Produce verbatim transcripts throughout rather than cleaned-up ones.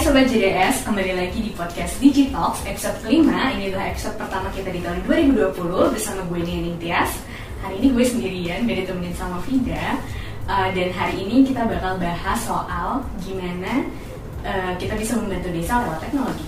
Sobat J D S, kembali lagi di podcast Digitalks episode kelima. Ini adalah episode pertama kita di tahun dua ribu dua puluh bersama gue Nining Tias. Hari ini gue sendirian, gak ditemenin sama Vida. uh, Dan hari ini kita bakal bahas soal gimana uh, kita bisa membantu desa lewat teknologi.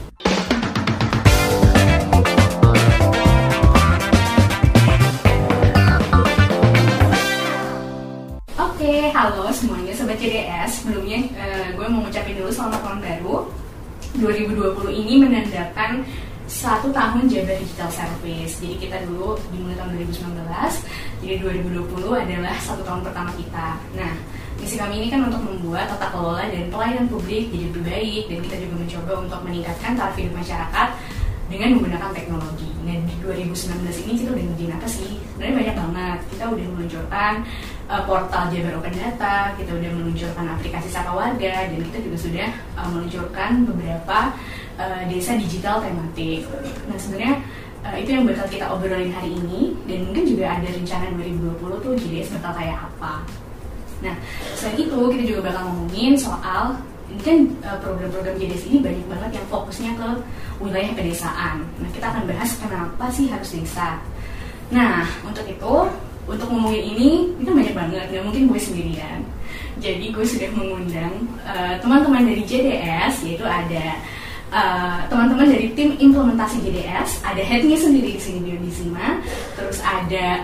Oke, halo semuanya Sobat J D S. Sebelumnya uh, gue mau ngucapin dulu selamat tahun baru. dua ribu dua puluh ini menandakan satu tahun Jabar Digital Service. Jadi kita dulu dimulai tahun dua ribu sembilan belas, jadi dua ribu dua puluh adalah satu tahun pertama kita. Nah, misi kami ini kan untuk membuat tata kelola dan pelayanan publik jadi lebih baik, dan kita juga mencoba untuk meningkatkan taraf hidup masyarakat dengan menggunakan teknologi. Nah, di dua ribu sembilan belas ini kita udah ngerjain apa sih? Sebenarnya banyak banget. Kita udah meluncurkan uh, portal Jabar Open Data, kita udah meluncurkan aplikasi Sapa Warga, dan kita juga sudah uh, meluncurkan beberapa uh, desa digital tematik. Nah, sebenarnya uh, itu yang bakal kita obrolin hari ini, dan mungkin juga ada rencana dua ribu dua puluh tuh J D S bakal kayak apa. Nah, selain itu kita juga bakal ngomongin soal ini kan uh, program-program J D S ini banyak banget yang fokusnya ke wilayah pedesaan. Nah, kita akan bahas kenapa sih harus desa. Nah, untuk itu, untuk ngomongin ini, ini kan banyak banget, nggak mungkin gue sendirian. Jadi gue sudah mengundang uh, teman-teman dari J D S, yaitu ada uh, teman-teman dari tim implementasi J D S, ada headnya sendiri di sini Biondi Sima, terus ada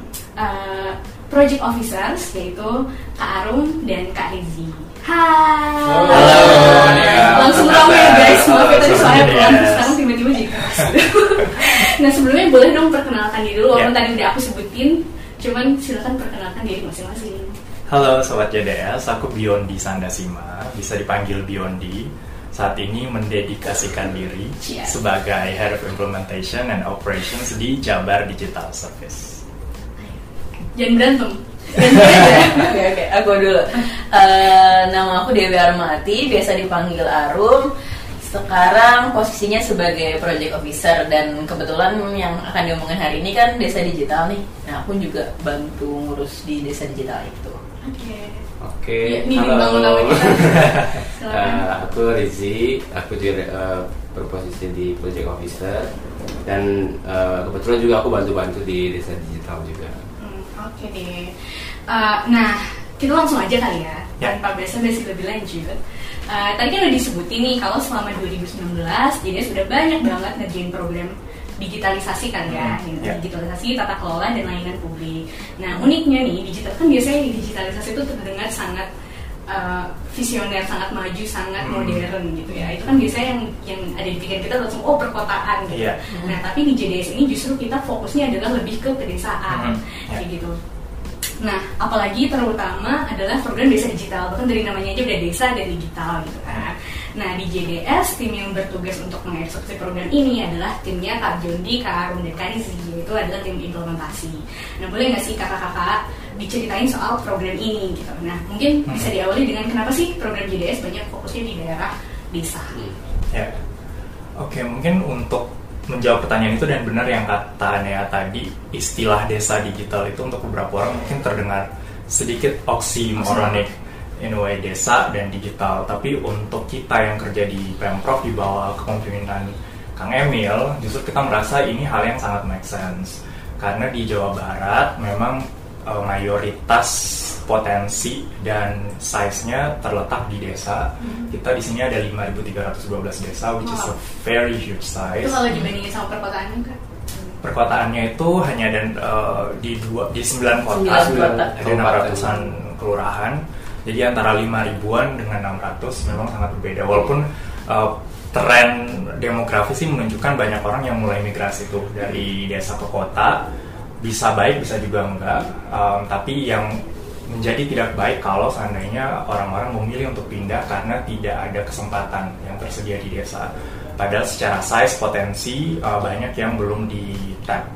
uh, project officers, yaitu Kak Arum dan Kak Rezi. Hai. Halo. Langsung ramai ya guys, maaf ya tadi soalnya pelan, sekarang tiba-tiba jadi keras. Nah, sebelumnya boleh dong perkenalkan diri dulu, walaupun yeah. tadi udah aku sebutin, cuman silakan perkenalkan diri masing-masing. Halo Sobat J D S, aku Biondi Sandasima, bisa dipanggil Biondi. Saat ini mendedikasikan diri yeah. sebagai Head of Implementation and Operations di Jabar Digital Service. Jangan berantem. Oke oke, aku dulu. Uh, nama aku Dewi Armati, biasa dipanggil Arum. Sekarang posisinya sebagai project officer, dan kebetulan yang akan diomongin hari ini kan desa digital nih. Nah, aku juga bantu ngurus di desa digital itu. Oke. Oke, ini halo. uh, aku Rizzy, aku juga uh, berposisi di project officer, dan uh, kebetulan juga aku bantu-bantu di desa digital juga. Oke deh. Uh, nah, kita langsung aja kali ya, ya. tanpa basa-basi lebih lanjut. Uh, tadi kan udah disebutin nih kalau selama dua ribu sembilan belas jadi sudah banyak banget ngerjain program digitalisasi kan ya, hmm, ya. digitalisasi tata kelola dan layanan publik. Nah, uniknya nih digital kan biasanya digitalisasi itu terdengar sangat uh, visioner, sangat maju, sangat hmm. modern gitu ya. Itu kan biasanya yang yang ada di pikiran kita langsung oh perkotaan gitu. Yeah. Nah, tapi di J D S ini justru kita fokusnya adalah lebih ke pedesaan hmm. kayak gitu. Nah, apalagi terutama adalah program desa digital. Bahkan dari namanya aja udah desa dan digital gitu kan. Nah, di J D S tim yang bertugas untuk mengeksekusi program ini adalah timnya Kak Jondi, Kak Arum, dan Kak Rizky. Itu adalah tim implementasi. Nah, boleh nggak sih kakak-kakak diceritain soal program ini gitu. Nah, mungkin hmm. bisa diawali dengan kenapa sih program J D S banyak fokusnya di daerah desa. Ya, oke, mungkin untuk menjawab pertanyaan itu, dan benar yang kata Nea tadi, istilah desa digital itu untuk beberapa orang mungkin terdengar sedikit oxymoronic in a way, desa dan digital. Tapi untuk kita yang kerja di Pemprov di bawah kepemimpinan Kang Emil, justru kita merasa ini hal yang sangat make sense. Karena di Jawa Barat memang uh, mayoritas potensi dan size-nya terletak di desa. Hmm. Kita di sini ada lima ribu tiga ratus dua belas desa, which wow. is a very huge size. Itu kalau dibandingin sama perkotaannya kan? Perkotaannya itu hanya ada uh, di dua di sembilan kota, ada enam ratusan kelurahan. Jadi antara lima ribuan dengan enam ratus memang sangat berbeda. Walaupun uh, tren demografi sih menunjukkan banyak orang yang mulai migrasi tuh dari desa ke kota. Bisa baik, bisa juga enggak. Um, tapi yang menjadi tidak baik kalau seandainya orang-orang memilih untuk pindah karena tidak ada kesempatan yang tersedia di desa. Padahal secara size, potensi uh, banyak yang belum di-tap.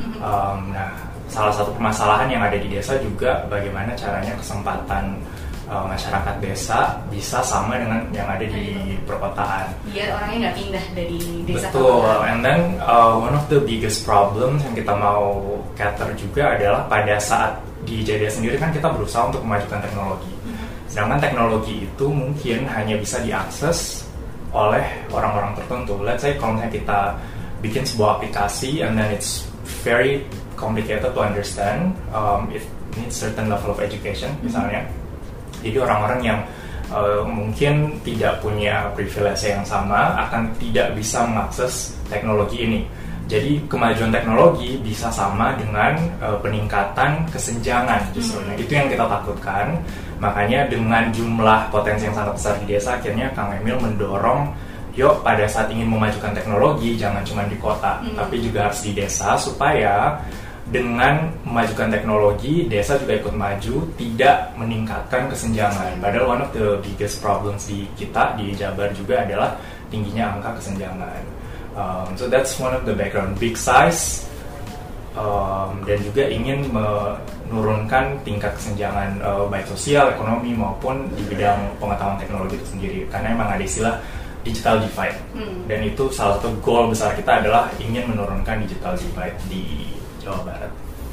Um, nah, salah satu permasalahan yang ada di desa juga bagaimana caranya kesempatan uh, masyarakat desa bisa sama dengan yang ada di perkotaan. Biar orangnya nggak pindah dari desa. Betul. And then uh, one of the biggest problems yang kita mau cater juga adalah pada saat di J D S sendiri kan kita berusaha untuk memajukan teknologi. Sedangkan teknologi itu mungkin hanya bisa diakses oleh orang-orang tertentu. Let's say kalau misalnya kita bikin sebuah aplikasi and then it's very complicated to understand, um, it needs certain level of education misalnya. Jadi orang-orang yang uh, mungkin tidak punya privilege yang sama akan tidak bisa mengakses teknologi ini. Jadi kemajuan teknologi bisa sama dengan uh, peningkatan kesenjangan justru. Nah, itu yang kita takutkan. Makanya dengan jumlah potensi yang sangat besar di desa, akhirnya Kang Emil mendorong, yuk pada saat ingin memajukan teknologi jangan cuma di kota, hmm. tapi juga harus di desa, supaya dengan memajukan teknologi desa juga ikut maju, tidak meningkatkan kesenjangan. Padahal one of the biggest problems di kita di Jabar juga adalah tingginya angka kesenjangan. Um, so that's one of the background, big size, um, dan juga ingin menurunkan tingkat kesenjangan uh, baik sosial, ekonomi maupun di bidang pengetahuan teknologi itu sendiri. Karena memang ada istilah digital divide, hmm. dan itu salah satu goal besar kita adalah ingin menurunkan digital divide di Jawa Barat.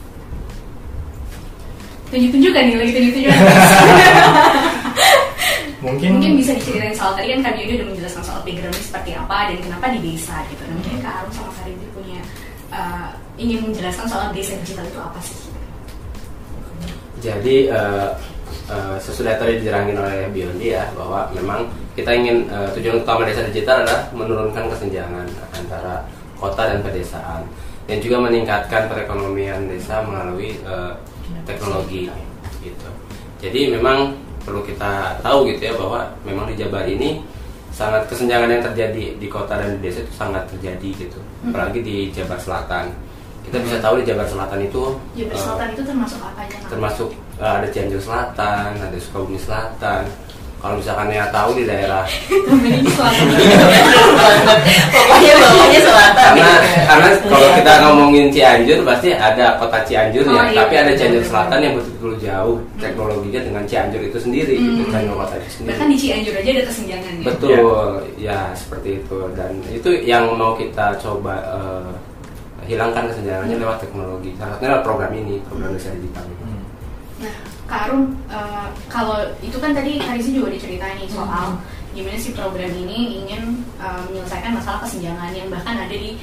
Tunjuk-tunjukkan nih, lagi tunjuk-tunjukkan. Mungkin mungkin bisa diceritain soal tadi kan kami udah menjelaskan soal backgroundnya seperti apa dan kenapa di desa gitu. Nah, mungkin Kak Arum sama Kak Rindy punya uh, ingin menjelaskan soal desa digital itu apa sih? Jadi uh, uh, sesudah tadi diterangin oleh Biondi ya, bahwa memang kita ingin uh, tujuan utama desa digital adalah menurunkan kesenjangan antara kota dan pedesaan, dan juga meningkatkan perekonomian desa melalui uh, teknologi gitu. Jadi memang perlu kita tahu gitu ya, bahwa memang di Jabar ini sangat kesenjangan yang terjadi di kota dan di desa itu sangat terjadi gitu. Apalagi di Jabar Selatan. Kita bisa tahu di Jabar Selatan itu Jabar Selatan uh, itu termasuk apa aja? Termasuk uh, ada Cianjur Selatan, ada Sukabumi Selatan. Kalau misalkan ya tahu di daerah pokoknya bawahnya selatan. Karena karena kalau kita ngomongin Cianjur pasti ada kota Cianjur ya, oh, iya, tapi ada Cianjur Selatan yang betul-betul jauh teknologinya dengan Cianjur itu sendiri, hmm. gitu, Cianjur kota itu sendiri. Bahkan di Cianjur aja ada kesenjangan ya. Betul, ya. ya seperti itu, dan itu yang mau kita coba uh, hilangkan kesenjangannya hmm. lewat teknologi. Salah satunya adalah program ini, program desa digital. Hmm. Nah, Kak Arum, uh, kalau itu kan tadi Karisi juga diceritain nih soal hmm. gimana sih program ini ingin uh, menyelesaikan masalah kesenjangan yang bahkan ada di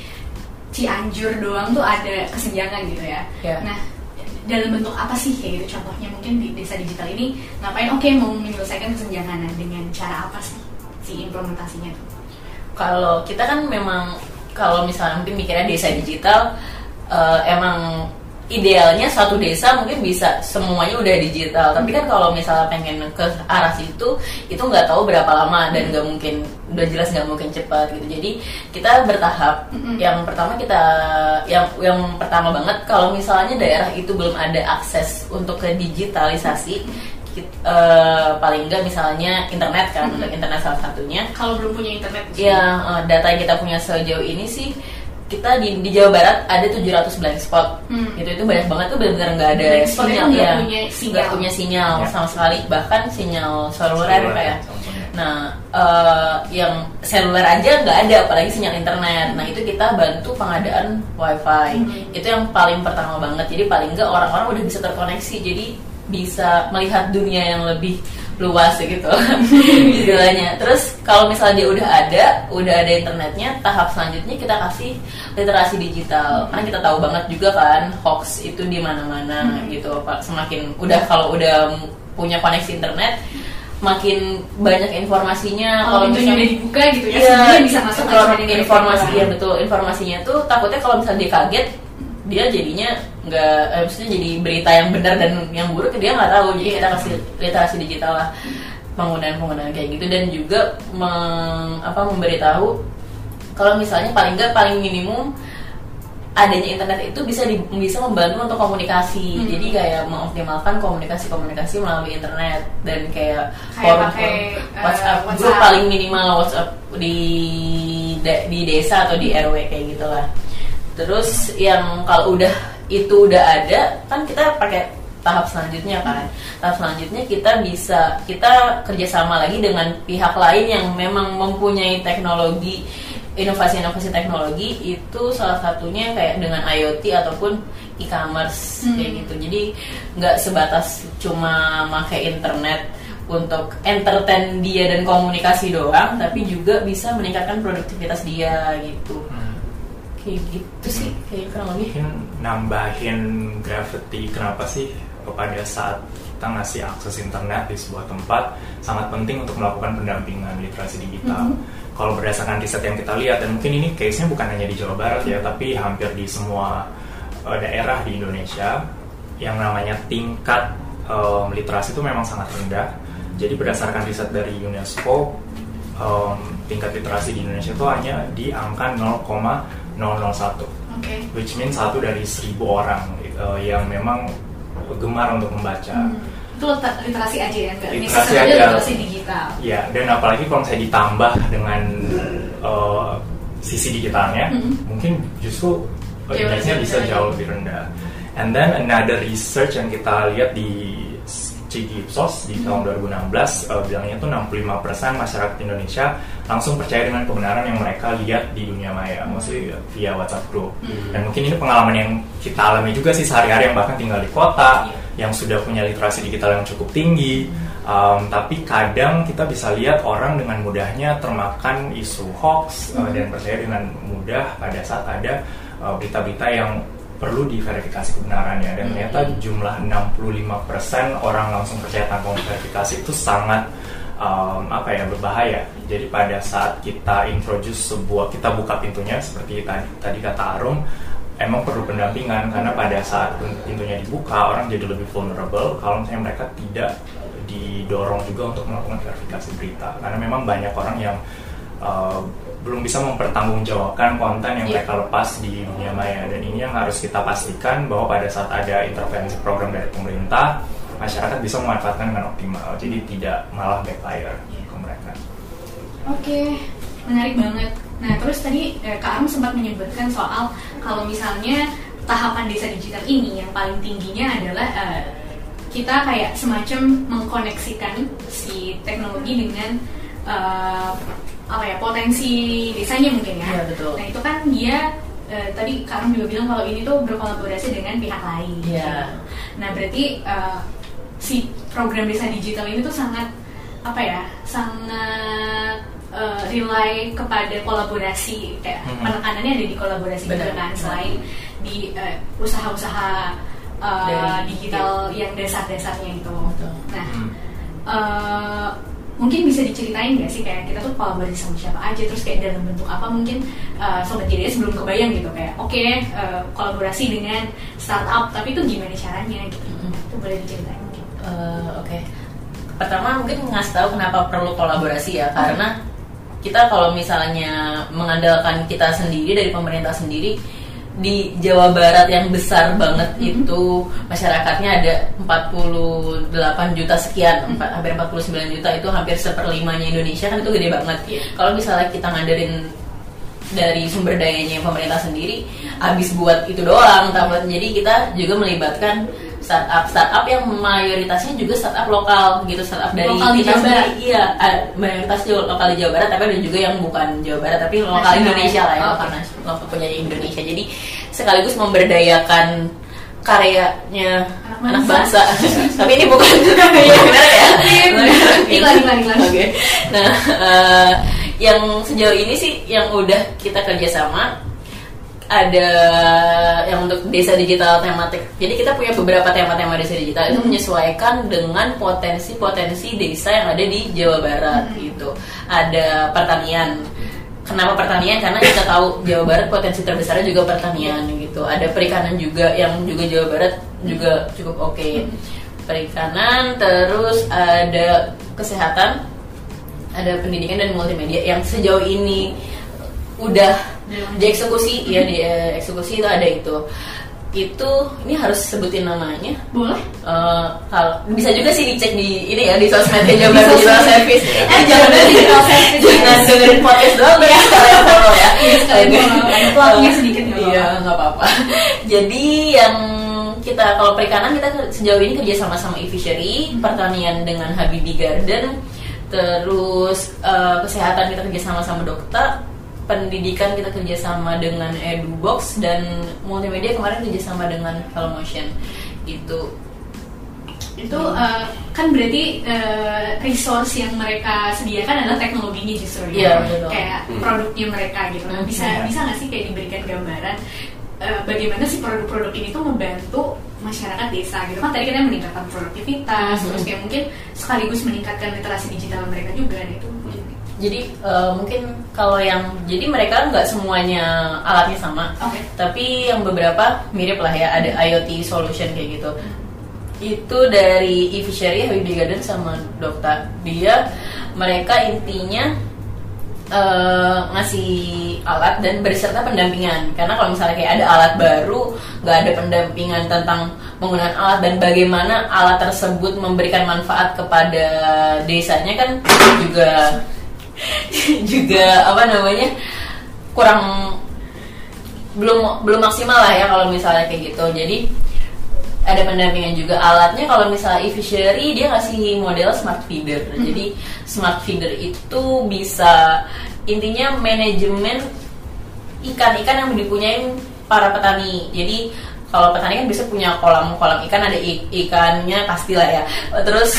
Cianjur doang tuh ada kesenjangan gitu ya. Yeah. Nah, dalam bentuk apa sih kayak gitu contohnya mungkin di desa digital ini ngapain? Oke, okay, mau menyelesaikan kesenjangan dengan cara apa sih si implementasinya tuh? Kalau kita kan memang kalau misalnya mungkin mikirnya desa digital uh, emang idealnya suatu desa mungkin bisa semuanya udah digital, tapi kan kalau misalnya pengen ke arah situ itu nggak tahu berapa lama dan nggak mungkin, udah jelas nggak mungkin cepat gitu. Jadi kita bertahap. Mm-hmm. Yang pertama kita yang yang pertama banget kalau misalnya daerah itu belum ada akses untuk ke digitalisasi, kita, uh, paling nggak misalnya internet kan, mm-hmm. untuk internet salah satunya. Kalau belum punya internet, ya uh, data yang kita punya sejauh ini sih kita di, di Jawa Barat ada tujuh ratus blank spot, hmm. gitu itu banyak banget tuh benar-benar nggak ada sinyal ya, nggak punya sinyal ya. Sama sekali, bahkan sinyal seluler kayak. Nah, uh, yang seluler aja nggak ada, apalagi sinyal internet. Nah itu kita bantu pengadaan wifi, hmm. itu yang paling pertama banget. Jadi paling nggak orang-orang udah bisa terkoneksi, jadi bisa melihat dunia yang lebih luas gitu istilahnya. Terus kalau misalnya dia udah ada, udah ada internetnya, tahap selanjutnya kita kasih literasi digital. Karena kita tahu banget juga kan hoax itu di mana-mana hmm. gitu. Semakin udah kalau udah punya koneksi internet, makin banyak informasinya. Kalau misalnya udah dibuka gitu ya, ya sebenarnya bisa masuk ke informasi. Ya betul, informasinya tuh takutnya kalau misalnya dia kaget, dia jadinya nggak, eh, maksudnya jadi berita yang benar dan yang buruk dia nggak tahu. Jadi kita kasih literasi digital lah, penggunaan-penggunaan kayak gitu, dan juga meng, apa, memberitahu kalau misalnya paling nggak paling minimum adanya internet itu bisa di, bisa membantu untuk komunikasi. Hmm. Jadi kayak mengoptimalkan komunikasi-komunikasi melalui internet, dan kayak forum-forum WhatsApp, uh, grup paling minimal WhatsApp di di desa atau di R W kayak gitulah. Terus yang kalau udah itu udah ada, kan kita pakai tahap selanjutnya kan. Tahap selanjutnya kita bisa kita kerjasama lagi dengan pihak lain yang memang mempunyai teknologi, inovasi-inovasi teknologi. Itu salah satunya kayak dengan I O T ataupun e-commerce, hmm. kayak gitu. Jadi nggak sebatas cuma pakai internet untuk entertain dia dan komunikasi doang, tapi juga bisa meningkatkan produktivitas dia gitu. Hmm. Kayak gitu sih, hmm. kayak kurang lebih. Mungkin nambahin gravity, kenapa sih pada saat kita ngasih akses internet di sebuah tempat sangat penting untuk melakukan pendampingan literasi digital. Hmm. Kalau berdasarkan riset yang kita lihat, dan mungkin ini case-nya bukan hanya di Jawa Barat ya, tapi hampir di semua uh, daerah di Indonesia, yang namanya tingkat um, literasi itu memang sangat rendah. Jadi berdasarkan riset dari UNESCO, um, tingkat literasi di Indonesia itu hanya di angka nol koma nol nol satu, okay. Which means satu dari seribu orang uh, yang memang gemar untuk membaca. Hmm. Itu literasi aja ya, nggak literasi aja aja. Literasi digital. Ya, dan apalagi kalau saya ditambah dengan uh, sisi digitalnya, hmm. mungkin justru indeksnya bisa jauh lebih rendah. And then another research yang kita lihat di Cigi Ipsos di tahun dua ribu enam belas uh, bilangnya itu enam puluh lima persen masyarakat Indonesia langsung percaya dengan kebenaran yang mereka lihat di dunia maya, maksudnya via WhatsApp group. Mm-hmm. Dan mungkin ini pengalaman yang kita alami juga sih sehari-hari, yang bahkan tinggal di kota, yeah. yang sudah punya literasi digital yang cukup tinggi. Um, tapi kadang kita bisa lihat orang dengan mudahnya termakan isu hoax uh, dan percaya dengan mudah pada saat ada uh, berita-berita yang perlu diverifikasi kebenarannya, dan ternyata jumlah enam puluh lima persen orang langsung percaya tanpa verifikasi itu sangat um, apa ya berbahaya. Jadi pada saat kita introduce sebuah, kita buka pintunya seperti tadi tadi kata Arum, emang perlu pendampingan, karena pada saat pintunya dibuka orang jadi lebih vulnerable kalau misalnya mereka tidak didorong juga untuk melakukan verifikasi berita, karena memang banyak orang yang uh, belum bisa mempertanggungjawabkan konten yang yeah. mereka lepas di dunia maya. Dan ini yang harus kita pastikan, bahwa pada saat ada intervensi program dari pemerintah, masyarakat bisa memanfaatkan dengan optimal, jadi tidak malah backfire yeah. ke mereka. Oke, okay. Menarik banget. Nah terus tadi eh, Kak Arum sempat menyebutkan soal kalau misalnya tahapan desa digital ini yang paling tingginya adalah eh, kita kayak semacam mengkoneksikan si teknologi dengan uh, apa ya, potensi desanya mungkin ya. Ya betul. Nah itu kan dia uh, tadi Kak Arum juga bilang kalau ini tuh berkolaborasi dengan pihak lain. Ya. Nah berarti uh, si program desa digital ini tuh sangat apa ya, sangat uh, rely kepada kolaborasi, kayak hmm. penekanannya ada di kolaborasi juga kan, selain di uh, usaha-usaha uh, digital yang dasar-dasarnya itu. Betul. Nah. Hmm. Uh, Mungkin bisa diceritain nggak sih kayak kita tuh kolaborasi sama siapa aja, terus kayak dalam bentuk apa, mungkin uh, Sobat J D S belum kebayang gitu, kayak oke okay, uh, kolaborasi dengan startup, tapi itu gimana caranya gitu, mm-hmm. itu boleh diceritain mungkin. Uh, oke, okay. Pertama mungkin ngasih tahu kenapa perlu kolaborasi ya, karena kita kalau misalnya mengandalkan kita sendiri dari pemerintah sendiri, di Jawa Barat yang besar banget mm-hmm. itu masyarakatnya ada empat puluh delapan juta sekian, mm-hmm. empat, hampir empat puluh sembilan juta, itu hampir seperlimanya Indonesia, kan itu gede banget. Yeah. Kalau misalnya kita ngandelin dari sumber dayanya pemerintah sendiri, habis buat itu doang, tapi jadi kita juga melibatkan startup startup yang mayoritasnya juga startup lokal gitu, startup dari lokal di Jawa Barat. Iya, mayoritas lokal di Jawa Barat, tapi ada juga yang bukan Jawa Barat tapi lokal Indonesia lah ya, oh, karena lokal punya Indonesia. Jadi sekaligus memberdayakan karyanya anak bangsa. Tapi ini bukan ya benar ya. Iklan iklan iklan. Oke. Nah, uh, yang sejauh ini sih yang udah kita kerjasama ada yang untuk desa digital tematik. Jadi kita punya beberapa tema-tema desa digital itu menyesuaikan dengan potensi-potensi desa yang ada di Jawa Barat hmm. gitu. Ada pertanian. Kenapa pertanian? Karena kita tahu Jawa Barat potensi terbesarnya juga pertanian gitu. Ada perikanan juga yang juga Jawa Barat juga cukup oke. Okay. Perikanan, terus ada kesehatan, ada pendidikan dan multimedia yang sejauh ini udah dieksekusi, ya di eksekusi itu ada itu. Itu ini harus sebutin namanya. Boleh. Uh, kalau bisa juga sih dicek di ini ya di sosmednya Jawa Barat Digital Service. Eh jangan digital service. Jangan dengerin podcast doang ya. Kalian follow ya. Iya, sekalian follow. Plugnya sedikit nggak apa-apa. Iya, nggak apa-apa. Jadi yang kita kalau perikanan kita sejauh ini kerja sama sama e-fishery, pertanian dengan Habibie Garden, terus uh, kesehatan kita kerja sama sama dokter, pendidikan kita kerjasama dengan EduBox, dan multimedia kemarin kerjasama dengan Hellomotion gitu. itu uh, kan berarti uh, resource yang mereka sediakan adalah teknologinya justru ya, yeah, kayak hmm. produknya mereka gitu. Nah, bisa yeah. bisa nggak sih kayak diberikan gambaran uh, bagaimana sih produk-produk ini tuh membantu masyarakat desa gitu kan? Tadi kita meningkatkan produktivitas, hmm. terus kayak mungkin sekaligus meningkatkan literasi digital mereka juga gitu. Jadi uh, mungkin kalau yang jadi mereka nggak semuanya alatnya sama, okay. tapi yang beberapa mirip lah ya, ada IoT solution kayak gitu. Hmm. Itu dari eFishery, Habibie Garden sama Dokta. Dia mereka intinya uh, ngasih alat dan berserta pendampingan. Karena kalau misalnya kayak ada alat baru, nggak ada pendampingan tentang penggunaan alat dan bagaimana alat tersebut memberikan manfaat kepada desanya kan juga juga apa namanya kurang belum belum maksimal lah ya kalau misalnya kayak gitu. Jadi ada pendampingan juga alatnya. Kalau misalnya eFishery dia ngasih model smart feeder. Mm-hmm. Jadi smart feeder itu bisa intinya manajemen ikan-ikan yang dipunyain para petani. Jadi kalau petani kan bisa punya kolam-kolam ikan, ada ik- ikannya pastilah ya. Terus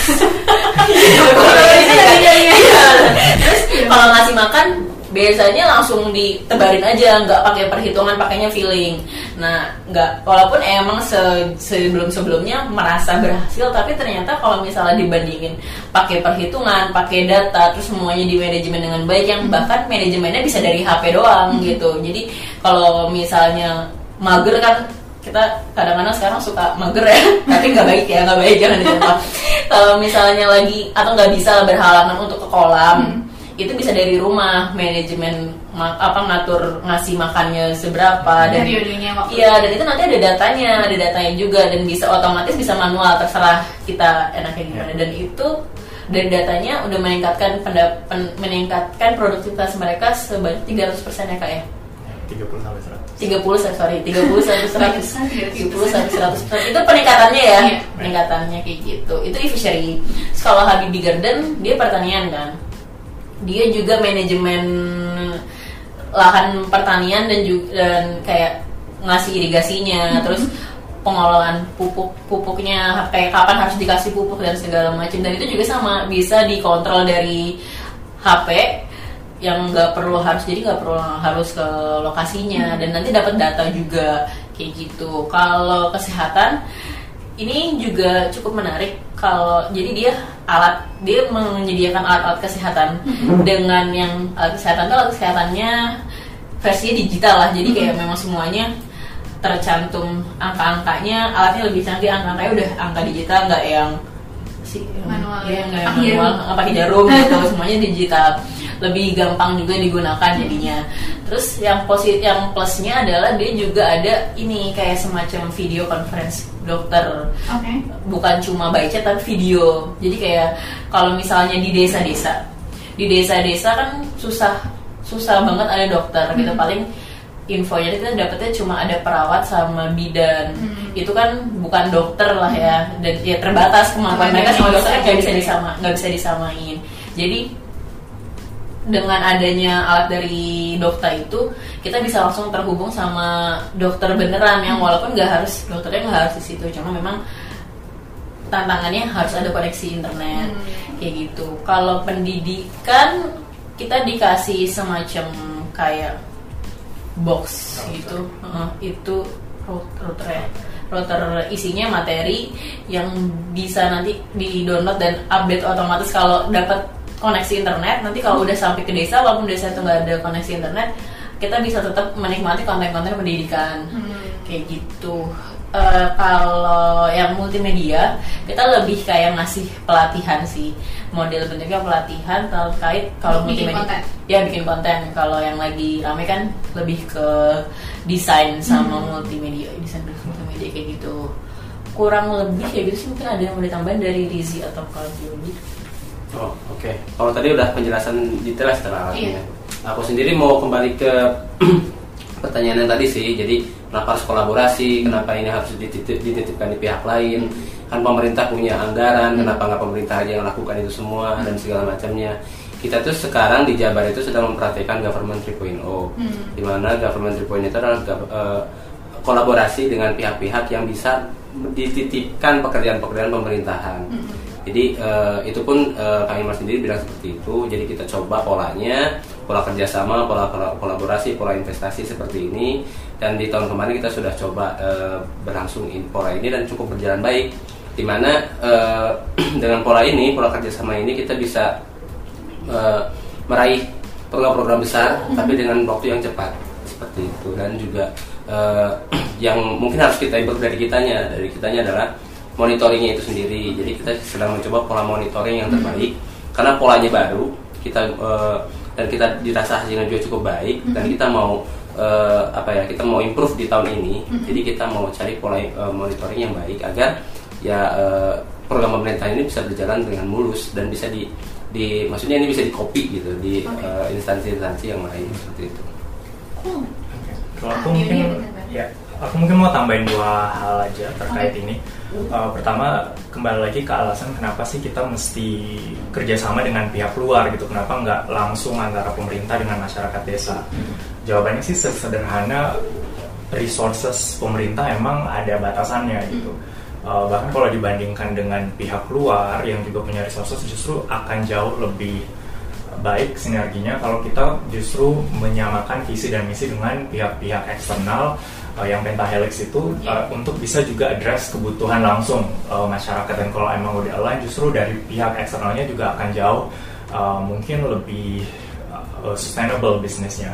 terus kalau ngasih makan biasanya langsung ditebarin aja, nggak pakai perhitungan, pakainya feeling. Nah, nggak, walaupun emang se- sebelum-sebelumnya merasa berhasil, tapi ternyata kalau misalnya dibandingin pakai perhitungan, pakai data, terus semuanya di manajemen dengan baik, yang bahkan manajemennya bisa dari H P doang gitu. Jadi kalau misalnya mager kan, kita kadang-kadang sekarang suka mager ya, tapi nggak baik ya, nggak baik, jangan dicontoh. Kalau misalnya lagi atau nggak bisa berhalangan untuk ke kolam, hmm. itu bisa dari rumah, manajemen apa ngatur ngasih makannya seberapa dan iya, dan itu nanti ada datanya, ada datanya juga, dan bisa otomatis, bisa manual, terserah kita enaknya gimana. Dan itu dari datanya udah meningkatkan pendap, pen, meningkatkan produktivitas mereka sebanyak tiga ratus persen ya Kak ya. tiga puluh sampai seratus. tiga puluh sorry, tiga puluh sampai seratus. tiga puluh sampai seratus persen itu peningkatannya ya. Yeah. Peningkatannya kayak gitu. Itu eFishery. Kalau Habibie Garden dia pertanian kan. Dia juga manajemen lahan pertanian dan juga dan kayak ngasih irigasinya, mm-hmm. terus pengelolaan pupuk pupuknya kayak kapan harus dikasih pupuk dan segala macam. Dan itu juga sama, bisa dikontrol dari H P yang nggak perlu harus jadi nggak perlu harus ke lokasinya, dan nanti dapat data juga kayak gitu. Kalau kesehatan ini juga cukup menarik. Kalau jadi dia alat dia menyediakan alat-alat kesehatan mm-hmm. dengan yang alat kesehatan itu alat kesehatannya versinya digital lah. Jadi kayak mm-hmm. memang semuanya tercantum angka-angkanya, alatnya lebih canggih, angka-angkanya udah angka digital, nggak yang si manual ya, nggak yang manual nggak pakai jarum gitu. Semuanya digital, lebih gampang juga digunakan jadinya. Terus yang positif, yang plusnya adalah dia juga ada ini kayak semacam video conference dokter, okay. bukan cuma by chat tapi video. Jadi kayak kalau misalnya di desa-desa, di desa-desa kan susah susah banget ada dokter hmm. gitu. Paling infonya kita dapetnya cuma ada perawat sama bidan. Hmm. Itu kan bukan dokter lah ya, dan ya terbatas kemampuan mereka sama dokter, nggak bisa disama, nggak bisa disamain. Jadi dengan adanya alat dari Dokta itu, kita bisa langsung terhubung sama dokter beneran yang walaupun nggak harus dokternya nggak harus di situ, cuma memang tantangannya harus ada koneksi internet hmm. kayak gitu. Kalau pendidikan kita dikasih semacam kayak box gitu, uh, itu router ya. Router isinya materi yang bisa nanti di download dan update otomatis kalau dapat koneksi internet. Nanti kalau udah sampai ke desa, walaupun desa itu nggak ada koneksi internet, kita bisa tetap menikmati konten-konten pendidikan hmm. kayak gitu. Uh, kalau yang multimedia, kita lebih kayak ngasih pelatihan sih, model bentuknya pelatihan terkait kalau multimedia konten. Ya bikin konten. Kalau yang lagi rame kan lebih ke desain sama hmm. multimedia, desain multimedia kayak gitu. Kurang lebih kayak gitu sih. Mungkin ada yang mau ditambahin dari Rizi atau kalau Jody. Oh oke, okay. Kalau tadi udah penjelasan detail setelah alatnya. Iya. Aku sendiri mau kembali ke pertanyaan yang tadi sih. Jadi kenapa harus kolaborasi? Kenapa ini harus dititip, dititipkan di pihak lain? Kan pemerintah punya anggaran. Hmm. Kenapa nggak pemerintah aja yang lakukan itu semua hmm. dan segala macamnya? Kita tuh sekarang di Jabar itu sedang mempraktikkan government tiga titik nol, hmm. di mana government tiga titik nol itu adalah uh, kolaborasi dengan pihak-pihak yang bisa dititipkan pekerjaan-pekerjaan pemerintahan. Mm-hmm. Jadi uh, itu pun uh, Kang Imar sendiri bilang seperti itu. Jadi kita coba polanya, pola kerjasama, pola kolaborasi, pola investasi seperti ini. Dan di tahun kemarin kita sudah coba uh, berlangsung in pola ini dan cukup berjalan baik. Dimana uh, dengan pola ini, pola kerjasama ini kita bisa uh, meraih program-program besar, mm-hmm. tapi dengan waktu yang cepat seperti itu. Dan juga uh, yang mungkin harus kita improve dari kitanya, dari kitanya adalah monitoringnya itu sendiri. Jadi kita sedang mencoba pola monitoring yang terbaik, mm-hmm. karena polanya baru kita uh, dan kita dirasa hasilnya juga cukup baik, mm-hmm. dan kita mau uh, apa ya kita mau improve di tahun ini. Mm-hmm. Jadi kita mau cari pola uh, monitoring yang baik agar ya uh, program pemerintah ini bisa berjalan dengan mulus dan bisa di, di maksudnya ini bisa di copy gitu di okay. uh, instansi-instansi yang lain seperti itu. Cool. Okay. Kalau aku mungkin ya aku mungkin mau tambahin dua hal aja terkait okay. ini. Uh, pertama kembali lagi ke alasan kenapa sih kita mesti kerjasama dengan pihak luar gitu. Kenapa nggak langsung antara pemerintah dengan masyarakat desa? Hmm. Jawabannya sih sederhana, resources pemerintah emang ada batasannya gitu. Uh, bahkan kalau dibandingkan dengan pihak luar yang juga punya resources justru akan jauh lebih baik sinerginya kalau kita justru menyamakan visi dan misi dengan pihak-pihak eksternal uh, yang pentahelix itu uh, untuk bisa juga address kebutuhan langsung uh, masyarakat. Dan kalau emang udah align justru dari pihak eksternalnya juga akan jauh uh, mungkin lebih uh, sustainable bisnisnya.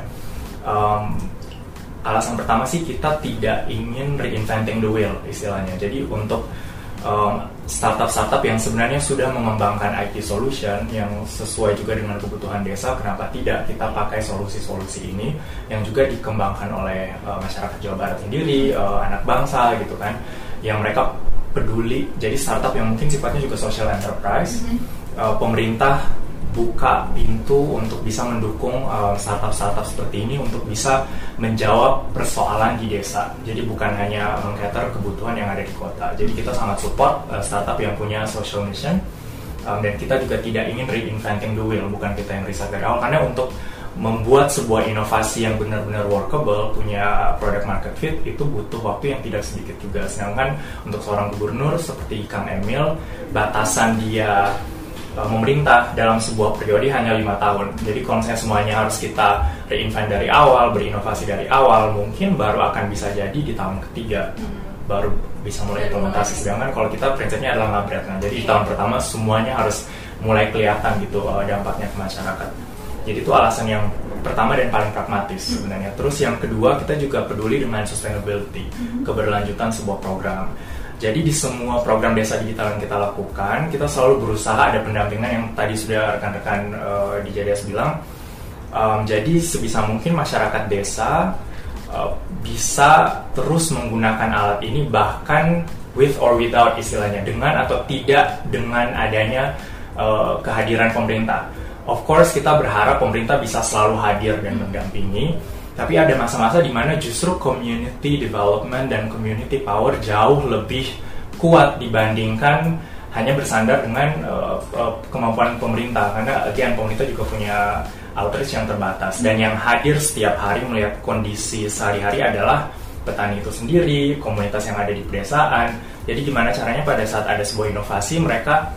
Um, Alasan pertama sih kita tidak ingin reinventing the wheel istilahnya. Jadi untuk um, startup-startup yang sebenarnya sudah mengembangkan I T solution yang sesuai juga dengan kebutuhan desa, kenapa tidak kita pakai solusi-solusi ini yang juga dikembangkan oleh uh, masyarakat Jawa Barat sendiri, uh, anak bangsa gitu kan, yang mereka peduli. Jadi startup yang mungkin sifatnya juga social enterprise, mm-hmm. uh, pemerintah buka pintu untuk bisa mendukung uh, startup-startup seperti ini untuk bisa menjawab persoalan di desa. Jadi bukan hanya meng-cater kebutuhan yang ada di kota. Jadi kita sangat support uh, startup yang punya social mission, um, dan kita juga tidak ingin reinventing the wheel, bukan kita yang riset dari awal, karena untuk membuat sebuah inovasi yang benar-benar workable, punya product market fit, itu butuh waktu yang tidak sedikit juga. Sedangkan untuk seorang gubernur seperti Kang Emil, batasan dia memerintah dalam sebuah periode hanya lima tahun. Jadi kalau misalnya semuanya harus kita reinvent dari awal, berinovasi dari awal, mungkin baru akan bisa jadi di tahun ketiga hmm. baru bisa mulai implementasi. Sedangkan kalau kita prinsipnya adalah ngabret. Nah, jadi di tahun pertama semuanya harus mulai kelihatan gitu uh, dampaknya ke masyarakat. Jadi itu alasan yang pertama dan paling pragmatis sebenarnya. Terus yang kedua, kita juga peduli dengan sustainability, hmm. keberlanjutan sebuah program. Jadi di semua program desa digital yang kita lakukan, kita selalu berusaha ada pendampingan yang tadi sudah rekan-rekan uh, di J D S bilang. Um, jadi sebisa mungkin masyarakat desa uh, bisa terus menggunakan alat ini, bahkan with or without istilahnya, dengan atau tidak dengan adanya uh, kehadiran pemerintah. Of course kita berharap pemerintah bisa selalu hadir dan mendampingi. Tapi ada masa-masa di mana justru community development dan community power jauh lebih kuat dibandingkan hanya bersandar dengan uh, uh, kemampuan pemerintah. Karena again, pemerintah juga punya outreach yang terbatas. Dan yang hadir setiap hari melihat kondisi sehari-hari adalah petani itu sendiri, komunitas yang ada di pedesaan. Jadi gimana caranya pada saat ada sebuah inovasi mereka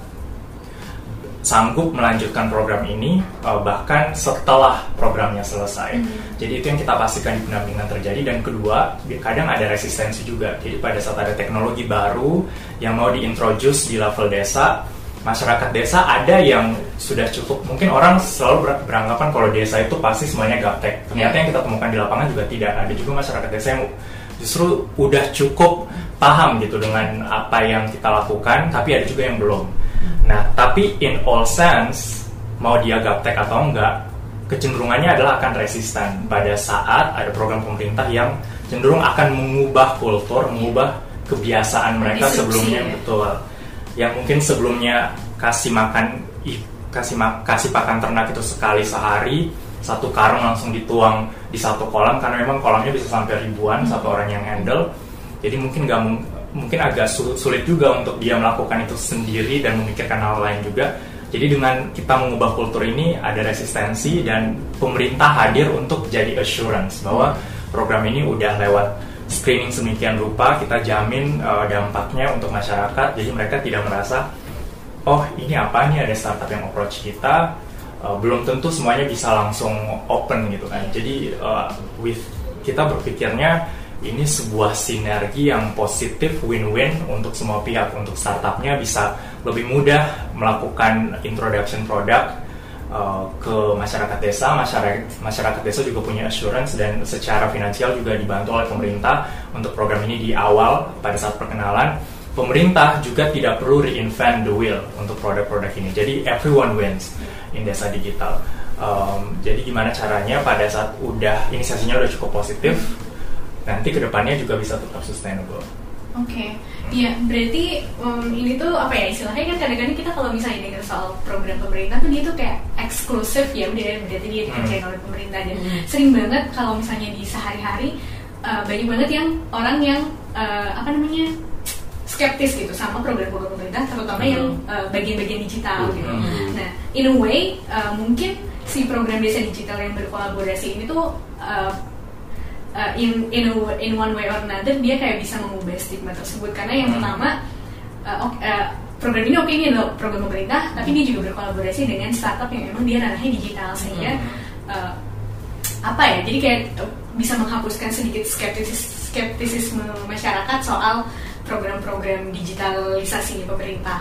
sanggup melanjutkan program ini uh, bahkan setelah programnya selesai. Mm-hmm. Jadi itu yang kita pastikan di pendampingan terjadi. Dan kedua, kadang ada resistensi juga. Jadi pada saat ada teknologi baru yang mau diintroduce di level desa, masyarakat desa ada yang sudah cukup, mungkin orang selalu ber- beranggapan kalau desa itu pasti semuanya gaptek. Ternyata yang kita temukan di lapangan juga tidak. Ada juga masyarakat desa yang justru udah cukup paham gitu dengan apa yang kita lakukan, tapi ada juga yang belum. Nah, tapi in all sense, mau dia gaptek atau enggak, kecenderungannya adalah akan resisten pada saat ada program pemerintah yang cenderung akan mengubah kultur, mengubah kebiasaan mereka disrupsi, sebelumnya, ya? Betul. Yang mungkin sebelumnya kasih makan, kasih ma- kasih pakan ternak itu sekali sehari, satu karung langsung dituang di satu kolam, karena memang kolamnya bisa sampai ribuan, hmm. satu orang yang handle. Jadi mungkin nggak mungkin mungkin agak sulit juga untuk dia melakukan itu sendiri dan memikirkan hal lain juga. Jadi dengan kita mengubah kultur ini ada resistensi dan pemerintah hadir untuk jadi assurance bahwa program ini udah lewat screening sedemikian rupa, kita jamin uh, dampaknya untuk masyarakat, jadi mereka tidak merasa oh ini apa nih ada startup yang approach kita, uh, belum tentu semuanya bisa langsung open gitu kan. Jadi uh, with kita berpikirnya ini sebuah sinergi yang positif, win-win untuk semua pihak. Untuk startupnya bisa lebih mudah melakukan introduction product Uh, ke masyarakat desa, masyarakat masyarakat desa juga punya assurance dan secara finansial juga dibantu oleh pemerintah untuk program ini di awal pada saat perkenalan. Pemerintah juga tidak perlu reinvent the wheel untuk produk-produk ini. Jadi everyone wins in desa digital. Um, jadi gimana caranya pada saat udah inisiasinya udah cukup positif, nanti kedepannya juga bisa tetap sustainable. Oke, okay. Iya berarti um, ini tuh apa ya istilahnya kan kadang-kadang kita kalau misalnya dengar soal program pemerintah tuh dia tuh kayak eksklusif ya, udah berarti dia dikerjain hmm. oleh pemerintah dan hmm. sering banget kalau misalnya di sehari-hari uh, banyak banget yang orang yang uh, apa namanya skeptis gitu sama program-program pemerintah, terutama hmm. yang uh, bagian-bagian digital hmm. gitu. Nah, in a way uh, mungkin si program desa digital yang berkolaborasi ini tuh uh, Uh, in in a, in one way or another dia kayak bisa mengubah stigma tersebut, karena yang pertama uh, okay, uh, program ini oke okay, ini adalah program pemerintah, tapi dia juga berkolaborasi dengan startup yang emang dia ranahnya digital, sehingga uh, apa ya jadi kayak uh, bisa menghapuskan sedikit skeptisis skeptisisme masyarakat soal program-program digitalisasi pemerintah.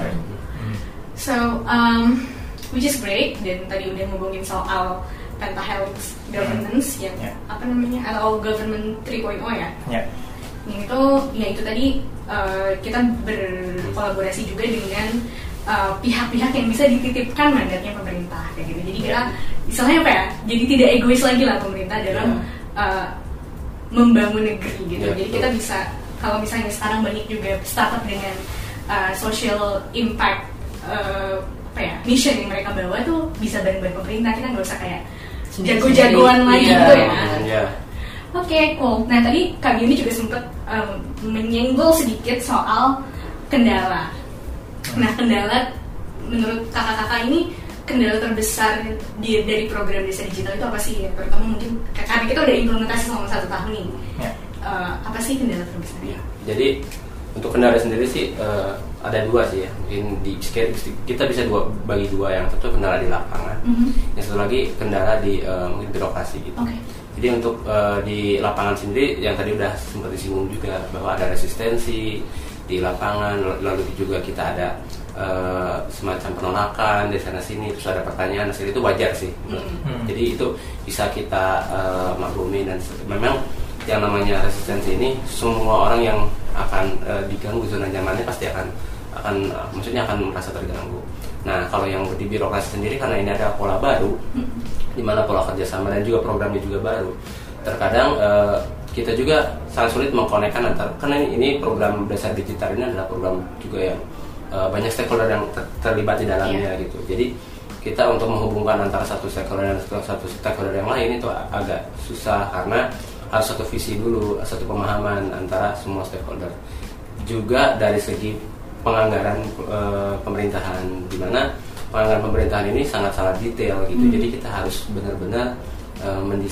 So um, which is great. Dan tadi udah ngomongin soal pentahelix governance yang yeah. apa namanya atau government three point oh ya. Yeah. Yang itu ya itu tadi uh, kita berkolaborasi juga dengan uh, pihak-pihak yang bisa dititipkan mandatnya pemerintah kayak gitu. Jadi kita istilahnya apa ya? Jadi tidak egois lagi lah pemerintah dalam yeah. uh, membangun negeri gitu. Yeah, Jadi betul. Kita bisa kalau misalnya sekarang banyak juga startup dengan uh, social impact uh, apa ya mission yang mereka bawa tuh bisa bareng-bareng pemerintah, kita nggak usah kayak jago-jagoan lagi iya, gitu ya. Iya. Oke, okay, cool. Nah tadi Kak Bioni juga sempat um, menyenggol sedikit soal kendala. Nah kendala menurut kakak-kakak ini kendala terbesar di, dari program desa digital itu apa sih? Pertama mungkin karena kita udah implementasi selama satu tahun nih. Ya. Uh, apa sih kendala terbesarnya? Jadi untuk kendala sendiri sih uh, ada dua sih ya, mungkin di kita bisa dua bagi dua, yang satu kendala di lapangan, mm-hmm. yang satu lagi kendala di uh, mungkin birokrasi gitu. Okay. Jadi untuk uh, di lapangan sendiri yang tadi udah sempat disinggung juga bahwa ada resistensi di lapangan, lalu juga kita ada uh, semacam penolakan di sana sini, terus ada pertanyaan, hasil itu wajar sih. Mm-hmm. Jadi itu bisa kita uh, maklumi, dan memang yang namanya resistensi ini semua orang yang akan uh, diganggu zona nyamannya pasti akan akan uh, maksudnya akan merasa terganggu. Nah kalau yang di birokrasi sendiri, karena ini ada pola baru, di mana pola kerjasama dan juga programnya juga baru, terkadang uh, kita juga sangat sulit mengkonekkan antar, karena ini, ini program desa digital ini adalah program juga yang uh, banyak stakeholder yang ter- terlibat di dalamnya yeah. gitu. Jadi kita untuk menghubungkan antara satu stakeholder dan satu stakeholder yang lain itu agak susah, karena harus satu visi dulu, satu pemahaman antara semua stakeholder. Juga dari segi penganggaran e, pemerintahan, di mana penganggaran pemerintahan ini sangat-sangat detail gitu. Hmm. Jadi kita harus benar-benar e,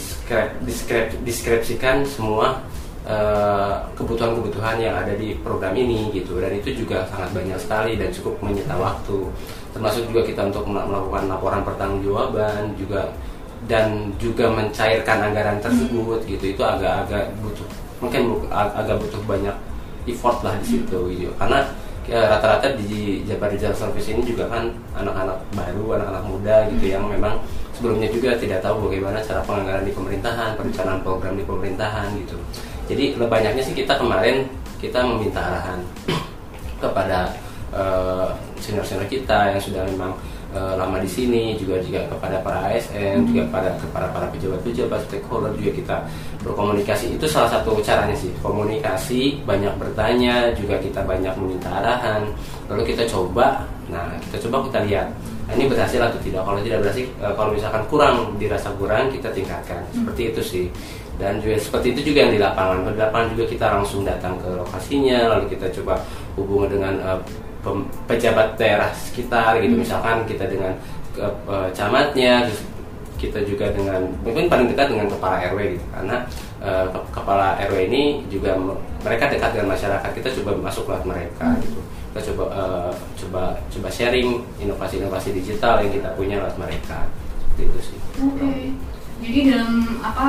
mendeskripsikan semua e, kebutuhan-kebutuhan yang ada di program ini gitu. Dan itu juga sangat banyak sekali dan cukup menyita waktu. Termasuk juga kita untuk melakukan laporan pertanggungjawaban juga, dan juga mencairkan anggaran tersebut hmm. gitu, itu agak-agak butuh mungkin agak butuh banyak effort lah di situ gitu, karena ya, rata-rata di Jabar Digital Service ini juga kan anak-anak baru, anak-anak muda gitu hmm. yang memang sebelumnya juga tidak tahu bagaimana cara penganggaran di pemerintahan, perencanaan program di pemerintahan gitu. Jadi banyaknya sih kita kemarin kita meminta arahan kepada uh, senior-senior kita yang sudah memang Uh, lama di sini, juga juga kepada para A S N, juga pada kepada para pejabat-pejabat stakeholder juga kita berkomunikasi. Itu salah satu caranya sih, komunikasi, banyak bertanya, juga kita banyak meminta arahan. Lalu kita coba, nah kita coba kita lihat, nah, ini berhasil atau tidak. Kalau tidak berhasil, uh, kalau misalkan kurang, dirasa kurang, kita tingkatkan. Seperti itu sih. Dan juga seperti itu juga yang di lapangan. Di lapangan juga kita langsung datang ke lokasinya, lalu kita coba hubungan dengan uh, pejabat daerah sekitar gitu, misalkan kita dengan ke, uh, camatnya, kita juga dengan mungkin paling dekat dengan kepala R W gitu, karena uh, ke- kepala R W ini juga me- mereka dekat dengan masyarakat. Kita coba masuk lewat mereka gitu. Kita coba uh, coba coba sharing inovasi-inovasi digital yang kita punya lewat mereka. Itu sih. Oke. Okay. Jadi dalam apa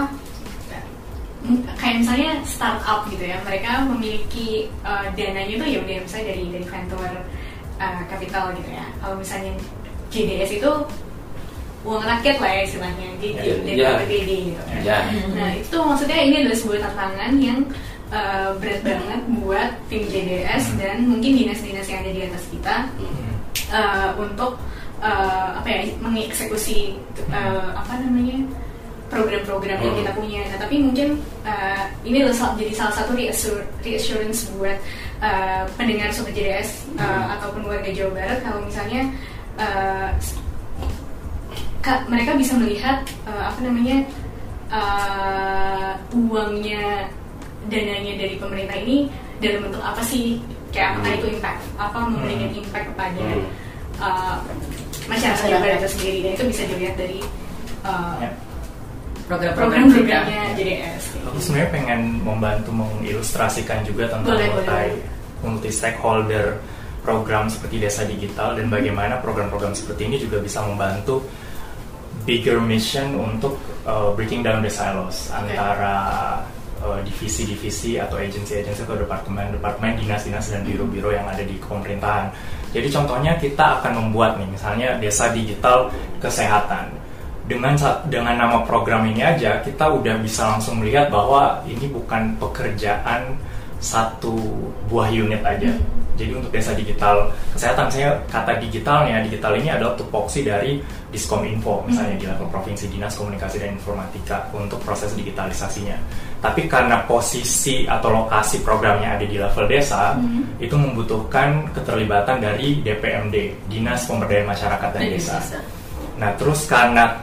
kayak misalnya startup gitu ya, mereka memiliki uh, dananya tuh ya udah misalnya dari dari venture uh, capital gitu ya. Kalau misalnya J D S itu uang rakyat lah ya istilahnya, jadi dari ya, K P P D gitu kan. Ya. Nah itu maksudnya ini adalah sebuah tantangan yang uh, berat banget buat tim J D S hmm. dan mungkin dinas-dinas yang ada di atas kita hmm. uh, untuk uh, apa ya mengeksekusi uh, apa namanya program-program hmm. yang kita punya. Nah tapi mungkin uh, ini adalah jadi salah satu reassur- reassurance buat uh, pendengar Sobat J D S uh, hmm. ataupun warga Jawa Barat kalau misalnya uh, ka- mereka bisa melihat uh, apa namanya uh, uangnya, dananya dari pemerintah ini dalam bentuk apa sih, kayak apakah itu impact, apa memberikan impact kepada uh, masyarakat Jawa Barat itu sendiri, dan itu bisa dilihat dari uh, ya. program-programnya J D S. Aku sebenarnya pengen membantu mengilustrasikan juga tentang boleh, multi, boleh. multi stakeholder program seperti Desa Digital dan bagaimana program-program seperti ini juga bisa membantu bigger mission untuk uh, breaking down the silos okay. antara uh, divisi-divisi atau agensi-agensi atau departemen-departemen, dinas-dinas dan biro-biro yang ada di pemerintahan. Jadi contohnya kita akan membuat nih misalnya Desa Digital Kesehatan. Dengan dengan nama program ini aja kita udah bisa langsung melihat bahwa ini bukan pekerjaan satu buah unit aja. Jadi untuk Desa Digital Kesehatan, saya kata digitalnya, digital ini adalah tupoksi dari Diskominfo misalnya di level provinsi, Dinas Komunikasi dan Informatika untuk proses digitalisasinya. Tapi karena posisi atau lokasi programnya ada di level desa, hmm. itu membutuhkan keterlibatan dari D P M D, Dinas Pemberdayaan Masyarakat dan Desa. Nah terus karena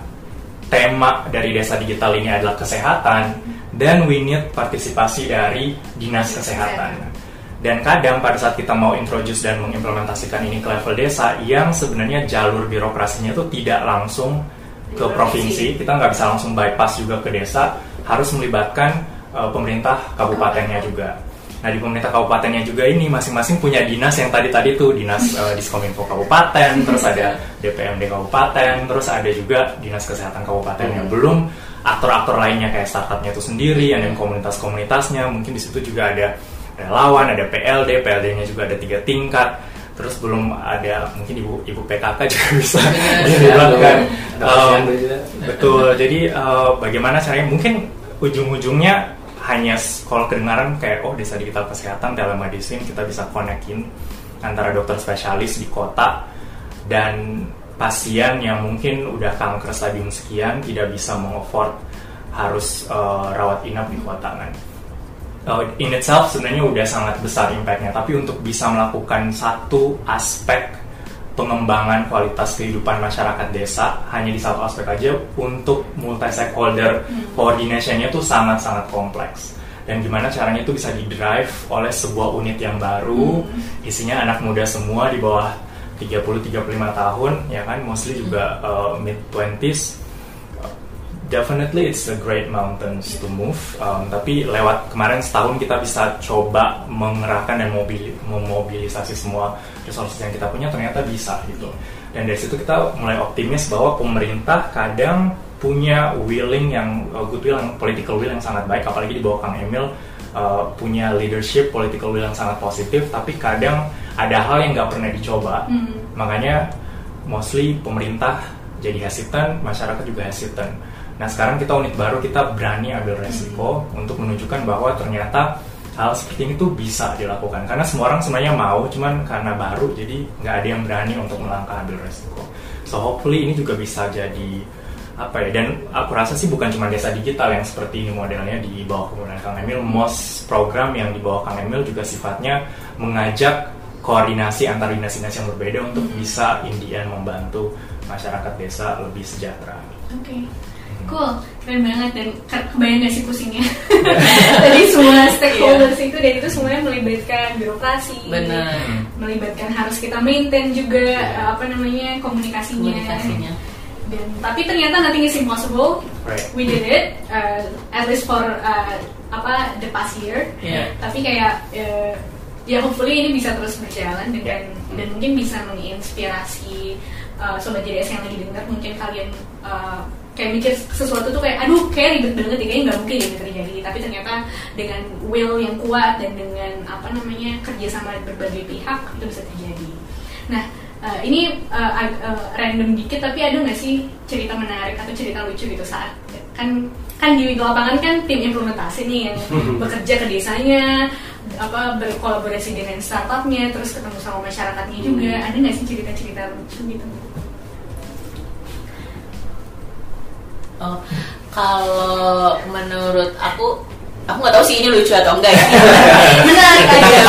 tema dari Desa Digital ini adalah kesehatan, dan we need partisipasi dari Dinas Kesehatan. Dan kadang pada saat kita mau introduce dan mengimplementasikan ini ke level desa, yang sebenarnya jalur birokrasinya itu tidak langsung ke provinsi, kita nggak bisa langsung bypass juga ke desa, harus melibatkan uh, pemerintah kabupatennya juga. Nah di pemerintah kabupatennya juga ini masing-masing punya dinas yang tadi-tadi tuh, dinas uh, Diskominfo kabupaten, terus ada D P M D kabupaten, terus ada juga dinas kesehatan kabupaten yang belum aktor-aktor lainnya kayak startupnya itu sendiri, ada komunitas-komunitasnya, mungkin di situ juga ada relawan, ada P L D, P L D-nya juga ada tiga tingkat, terus belum ada mungkin ibu ibu P K K juga bisa dilibatkan. Um, betul. Jadi uh, bagaimana caranya? Mungkin ujung-ujungnya hanya kalau kedengaran kayak oh Desa Digital Kesehatan, telemedicine, kita bisa konekin antara dokter spesialis di kota dan pasien yang mungkin udah kanker stadium sekian tidak bisa mengafford harus uh, rawat inap di kota kan. Uh, in itself sebenarnya udah sangat besar impactnya, tapi untuk bisa melakukan satu aspek pengembangan kualitas kehidupan masyarakat desa hanya di satu aspek aja untuk multi stakeholder hmm. coordination-nya tuh sangat-sangat kompleks. Dan gimana caranya itu bisa di-drive oleh sebuah unit yang baru, hmm. isinya anak muda semua di bawah tiga puluh sampai tiga puluh lima tahun, ya kan, mostly juga uh, mid twenties. Definitely it's a great mountains to move. Um, tapi lewat kemarin setahun kita bisa coba mengerahkan dan mobil, memobilisasi semua resources yang kita punya, ternyata bisa gitu. Dan dari situ kita mulai optimis bahwa pemerintah kadang punya willing yang uh, goodwill, yang political will yang sangat baik, apalagi di bawah Kang Emil uh, punya leadership political will yang sangat positif. Tapi kadang ada hal yang nggak pernah dicoba, mm. makanya mostly pemerintah jadi hesitant, masyarakat juga hesitant. Nah sekarang kita unit baru, kita berani ambil resiko hmm. untuk menunjukkan bahwa ternyata hal seperti ini tuh bisa dilakukan. Karena semua orang sebenarnya mau, cuman karena baru jadi nggak ada yang berani untuk melangkah ambil resiko. So hopefully ini juga bisa jadi apa ya, dan aku rasa sih bukan cuma Desa Digital yang seperti ini modelnya di bawah kepemimpinan Kang Emil. Most program yang di bawah Kang Emil juga sifatnya mengajak koordinasi antar dinas-dinas yang berbeda untuk bisa in the end membantu masyarakat desa lebih sejahtera. Oke. Okay. Cool, keren banget, dan kebayang gak sih pusingnya tadi semua stakeholders yeah. itu, dan itu semuanya melibatkan birokrasi, benar, melibatkan harus kita maintain juga yeah. apa namanya komunikasinya, komunikasinya. dan tapi ternyata nothing is impossible. Right. We did it, uh, at least for uh, apa the past year. Yeah. Tapi kayak uh, ya hopefully ini bisa terus berjalan dengan yeah. dan mungkin bisa menginspirasi uh, sobat J D S yang lagi dengar. Mungkin kalian uh, kayak mikir sesuatu tuh kayak aduh kayak ribet banget ya, kayaknya nggak mungkin ini terjadi, tapi ternyata dengan will yang kuat dan dengan apa namanya kerjasama berbagai pihak itu bisa terjadi. Nah uh, ini uh, uh, random dikit, tapi ada nggak sih cerita menarik atau cerita lucu gitu saat kan kan di lapangan kan tim implementasi nih yang bekerja ke desanya, apa berkolaborasi dengan startupnya, terus ketemu sama masyarakatnya juga. Ada nggak sih cerita-cerita lucu gitu? Oh, kalau menurut aku, aku nggak tahu sih ini lucu atau enggak ya. Menarik aja.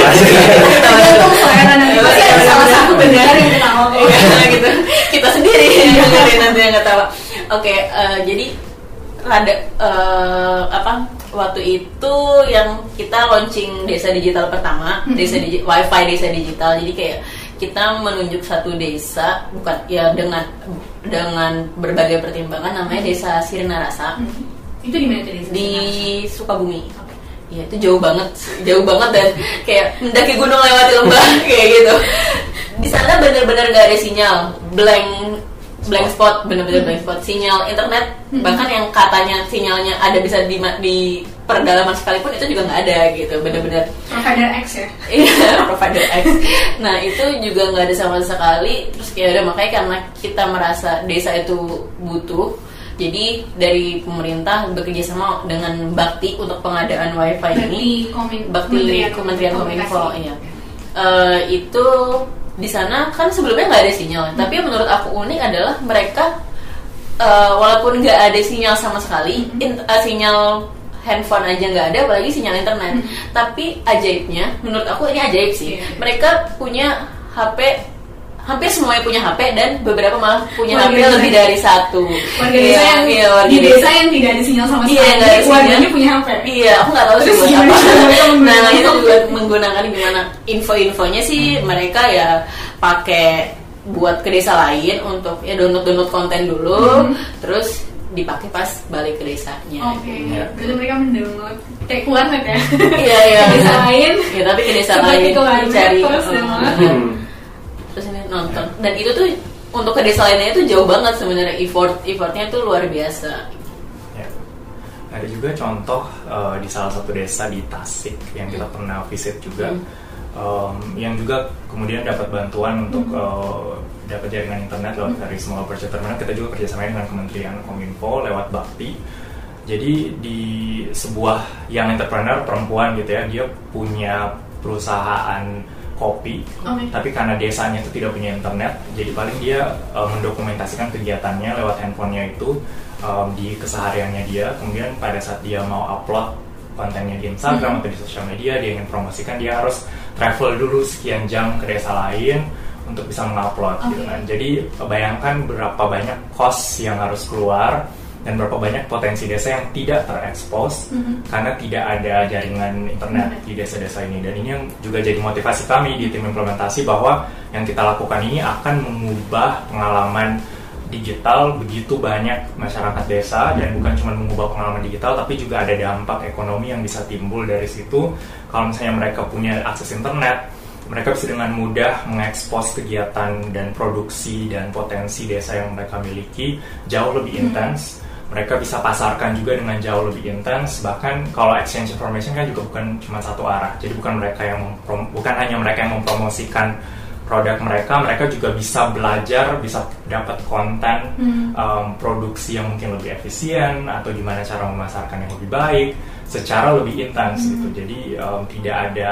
Tergantung selera nanti pasti ada salah satu benar yang ketawa. Gitu. Kita sendiri yang dengerin nanti yang ketawa. Oke, uh, jadi ada uh, apa? Waktu itu yang kita launching desa digital pertama, mm-hmm. desa digi- wifi desa digital. Jadi kayak kita menunjuk satu desa, bukan ya dengan dengan berbagai pertimbangan, namanya Desa Sirna Rasa. Hmm. Itu di mana tuh desa? Di Sukabumi. Ya itu jauh banget, jauh banget dan kayak mendaki gunung lewati lembah kayak gitu. Di sana benar-benar nggak ada sinyal, blank blank spot, benar-benar hmm. blank spot. Sinyal internet hmm. bahkan yang katanya sinyalnya ada bisa di di perdalaman sekalipun itu juga nggak ada gitu, benar-benar provider X ya. Iya, provider X. Nah itu juga nggak ada sama sekali. Terus kayak udah makanya karena kita merasa desa itu butuh, jadi dari pemerintah bekerja sama dengan Bakti untuk pengadaan wifi ini. Komin, Bakti Kementerian Kominfo, iya. Uh, itu di sana kan sebelumnya nggak ada sinyal, hmm. tapi yang menurut aku unik adalah mereka uh, walaupun nggak ada sinyal sama sekali, hmm. in, uh, sinyal handphone aja nggak ada, apalagi sinyal internet. Hmm. Tapi ajaibnya, menurut aku ini ajaib sih. Yeah. Mereka punya H P, hampir semuanya punya H P dan beberapa malah punya warga H P desa lebih dari satu. Warga desa yang iya, warga di desa yang tidak ada sinyal sama sekali. Iya, warganya punya H P. Iya, aku nggak tahu sih buat apa. Nah, itu juga menggunakan gimana info-infonya sih hmm. mereka ya pakai buat ke desa lain untuk ya download-download konten dulu, hmm. terus dipakai pas balik ke desanya. Oke. Okay. Ya. Berarti mereka mendownload kayak warnet ya. Iya iya. Ke desa lain. Iya tapi ke desa lain cari. Terus, hmm. terus ini nonton. Dan itu tuh untuk ke desa lainnya itu jauh banget sebenarnya, effort effortnya tuh luar biasa. Ya. Ada juga contoh uh, di salah satu desa di Tasik yang kita pernah visit juga, hmm. um, yang juga kemudian dapat bantuan untuk hmm. uh, dapat jaringan internet lewat dari Small Operator Terminal. Kita juga kerjasama dengan Kementerian Kominfo lewat Bakti. Jadi di sebuah yang entrepreneur perempuan gitu ya, dia punya perusahaan kopi, okay. tapi karena desanya itu tidak punya internet, jadi paling dia uh, mendokumentasikan kegiatannya lewat handphonenya itu um, di kesehariannya dia. Kemudian pada saat dia mau upload kontennya di Instagram mm-hmm. atau di sosial media, dia ingin promosikan, dia harus travel dulu sekian jam ke desa lain untuk bisa mengupload okay. gitu kan. Jadi bayangkan berapa banyak cost yang harus keluar dan berapa banyak potensi desa yang tidak terekspos mm-hmm. karena tidak ada jaringan internet mm-hmm. di desa-desa ini. Dan ini yang juga jadi motivasi kami di tim implementasi bahwa yang kita lakukan ini akan mengubah pengalaman digital begitu banyak masyarakat desa, dan bukan cuma mengubah pengalaman digital tapi juga ada dampak ekonomi yang bisa timbul dari situ. Kalau misalnya mereka punya akses internet, mereka bisa dengan mudah mengekspos kegiatan dan produksi dan potensi desa yang mereka miliki jauh lebih intens. Hmm. Mereka bisa pasarkan juga dengan jauh lebih intens. Bahkan kalau exchange information kan juga bukan cuma satu arah. Jadi bukan mereka yang memprom- bukan hanya mereka yang mempromosikan produk mereka, mereka juga bisa belajar, bisa dapat konten hmm. um, produksi yang mungkin lebih efisien atau gimana cara memasarkan yang lebih baik secara lebih intens hmm. gitu. Jadi um, tidak ada,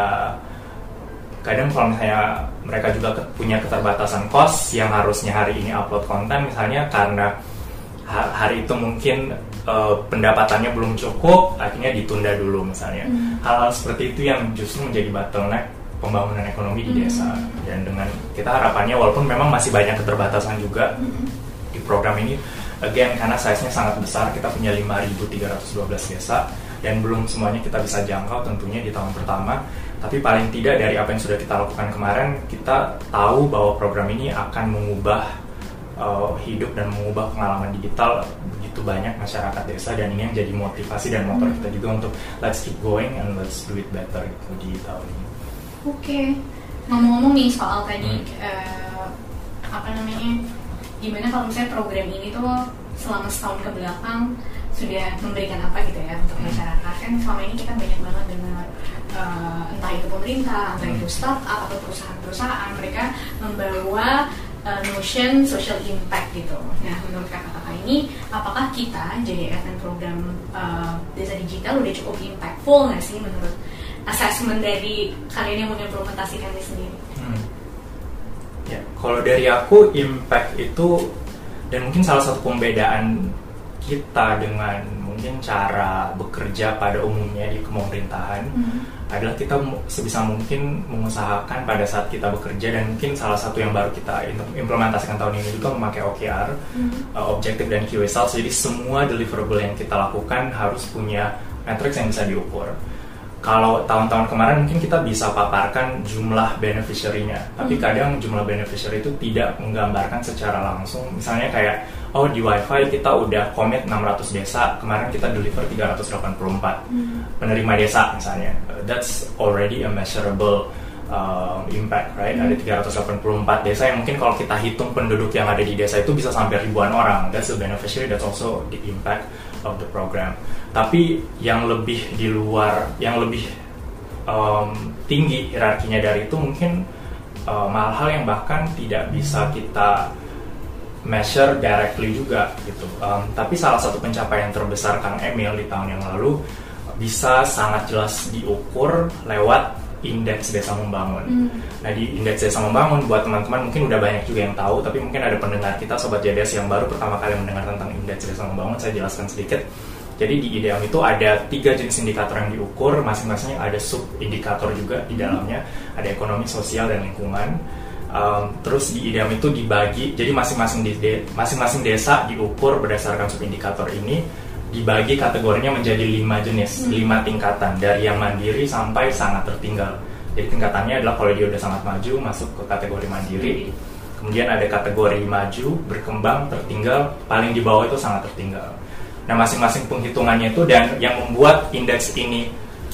kadang kalau misalnya mereka juga punya keterbatasan cost yang harusnya hari ini upload konten misalnya karena hari itu mungkin uh, pendapatannya belum cukup, akhirnya ditunda dulu misalnya. Hmm. Hal-hal seperti itu yang justru menjadi bottleneck pembangunan ekonomi di desa. Hmm. Dan dengan kita harapannya, walaupun memang masih banyak keterbatasan juga hmm. di program ini, again karena size-nya sangat besar, kita punya lima ribu tiga ratus dua belas desa dan belum semuanya kita bisa jangkau tentunya di tahun pertama. Tapi paling tidak dari apa yang sudah kita lakukan kemarin, kita tahu bahwa program ini akan mengubah uh, hidup dan mengubah pengalaman digital begitu banyak masyarakat desa, dan ini yang jadi motivasi dan motor kita juga untuk let's keep going and let's do it better gitu di tahun ini. Oke, okay. Ngomong-ngomong nih soal tadi hmm. uh, apa namanya, gimana kalau misalnya program ini tuh selama setahun ke belakang sudah memberikan apa gitu ya untuk masyarakat. Kan selama ini kita banyak banget dengar uh, entah itu pemerintah, entah itu startup atau perusahaan-perusahaan, mereka membawa uh, notion social impact gitu. Nah, menurut kakak-kakak ini, apakah kita J D S dan program uh, desa digital udah cukup impactful nggak sih menurut assessment dari kalian yang mengimplementasikan ini sendiri? Hmm. Ya, kalau dari aku impact itu, dan mungkin salah satu pembedaan kita dengan mungkin cara bekerja pada umumnya di pemerintahan hmm. adalah kita sebisa mungkin mengusahakan pada saat kita bekerja, dan mungkin salah satu yang baru kita implementasikan tahun ini juga memakai O K R, hmm. uh, Objective dan Key Results. Jadi semua deliverable yang kita lakukan harus punya matriks yang bisa diukur. Kalau tahun-tahun kemarin mungkin kita bisa paparkan jumlah beneficiary-nya, tapi kadang jumlah beneficiary itu tidak menggambarkan secara langsung. Misalnya kayak, oh di Wi-Fi kita udah commit enam ratus desa, kemarin kita deliver tiga ratus delapan puluh empat hmm. penerima desa misalnya. That's already a measurable uh, impact, right? Hmm. Ada tiga ratus delapan puluh empat desa yang mungkin kalau kita hitung penduduk yang ada di desa itu bisa sampai ribuan orang. That's a beneficiary, that's also the impact of the program. Tapi yang lebih di luar, yang lebih um, tinggi hierarkinya dari itu mungkin um, hal-hal yang bahkan tidak bisa kita measure directly juga gitu. Um, tapi salah satu pencapaian terbesar Kang Emil di tahun yang lalu bisa sangat jelas diukur lewat indeks desa membangun. Hmm. Nah di indeks desa membangun, buat teman-teman mungkin udah banyak juga yang tahu, tapi mungkin ada pendengar kita Sobat J D S yang baru pertama kali mendengar tentang indeks desa membangun. Saya jelaskan sedikit. Jadi di I D M itu ada tiga jenis indikator yang diukur, masing-masingnya ada sub indikator juga di dalamnya, ada ekonomi, sosial, dan lingkungan. Um, terus di I D M itu dibagi, jadi masing-masing di de, masing-masing desa diukur berdasarkan sub indikator ini, dibagi kategorinya menjadi lima jenis, hmm. lima tingkatan, dari yang mandiri sampai sangat tertinggal. Jadi tingkatannya adalah kalau dia udah sangat maju masuk ke kategori mandiri, kemudian ada kategori maju, berkembang, tertinggal, paling di bawah itu sangat tertinggal. Nah masing-masing penghitungannya itu, dan yang membuat indeks ini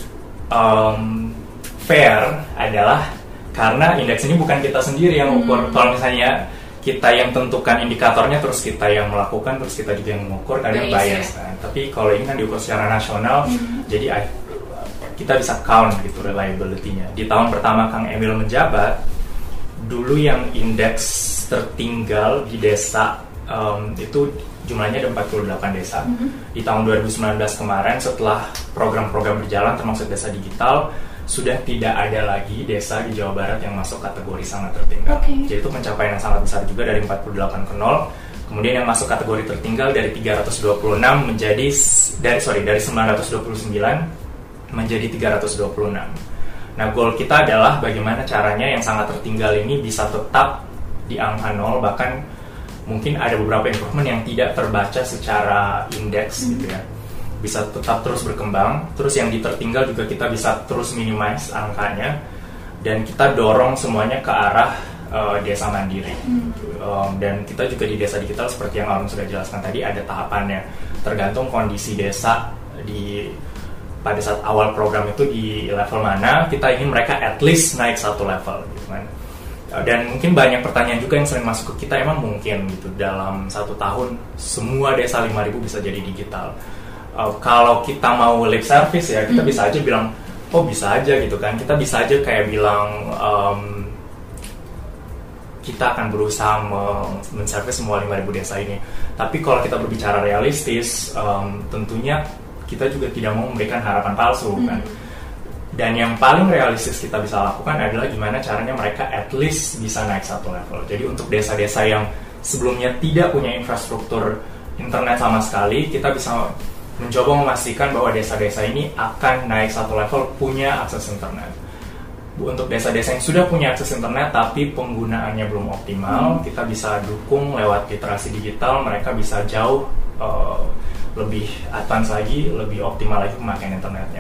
um, fair adalah karena indeks ini bukan kita sendiri yang ukur. Hmm. Kalau misalnya kita yang tentukan indikatornya, terus kita yang melakukan, terus kita juga yang mengukur, kadang bias kan. Tapi kalau ini kan diukur secara nasional, hmm. jadi kita bisa count gitu reliability-nya. Di tahun pertama Kang Emil menjabat, dulu yang indeks tertinggal di desa um, itu jumlahnya ada empat puluh delapan desa. Mm-hmm. Di tahun dua ribu sembilan belas kemarin, setelah program-program berjalan termasuk desa digital, sudah tidak ada lagi desa di Jawa Barat yang masuk kategori sangat tertinggal. Okay. Jadi itu pencapaian yang sangat besar juga, dari empat puluh delapan ke nol. Kemudian yang masuk kategori tertinggal dari tiga ratus dua puluh enam menjadi dari sorry dari sembilan ratus dua puluh sembilan menjadi tiga ratus dua puluh enam. Nah, goal kita adalah bagaimana caranya yang sangat tertinggal ini bisa tetap di angka nol, bahkan mungkin ada beberapa improvement yang tidak terbaca secara indeks hmm. gitu ya, bisa tetap terus berkembang. Terus yang di tertinggal juga kita bisa terus minimize angkanya, dan kita dorong semuanya ke arah uh, desa mandiri. hmm. um, dan kita juga di desa digital seperti yang Arum sudah jelaskan tadi, ada tahapannya tergantung kondisi desa di pada saat awal program itu di level mana. Kita ingin mereka at least naik satu level gitu kan. Dan mungkin banyak pertanyaan juga yang sering masuk ke kita, emang mungkin gitu dalam satu tahun semua desa lima ribu bisa jadi digital? Uh, kalau kita mau lip service ya, kita mm. bisa aja bilang, oh bisa aja gitu kan. Kita bisa aja kayak bilang, um, kita akan berusaha men-service semua lima ribu desa ini. Tapi kalau kita berbicara realistis, um, tentunya kita juga tidak mau memberikan harapan palsu mm. kan. Dan yang paling realistis kita bisa lakukan adalah gimana caranya mereka at least bisa naik satu level. Jadi untuk desa-desa yang sebelumnya tidak punya infrastruktur internet sama sekali, kita bisa mencoba memastikan bahwa desa-desa ini akan naik satu level, punya akses internet. Untuk desa-desa yang sudah punya akses internet tapi penggunaannya belum optimal, hmm. kita bisa dukung lewat literasi digital, mereka bisa jauh uh, lebih advance lagi, lebih optimal lagi pemakaian internetnya.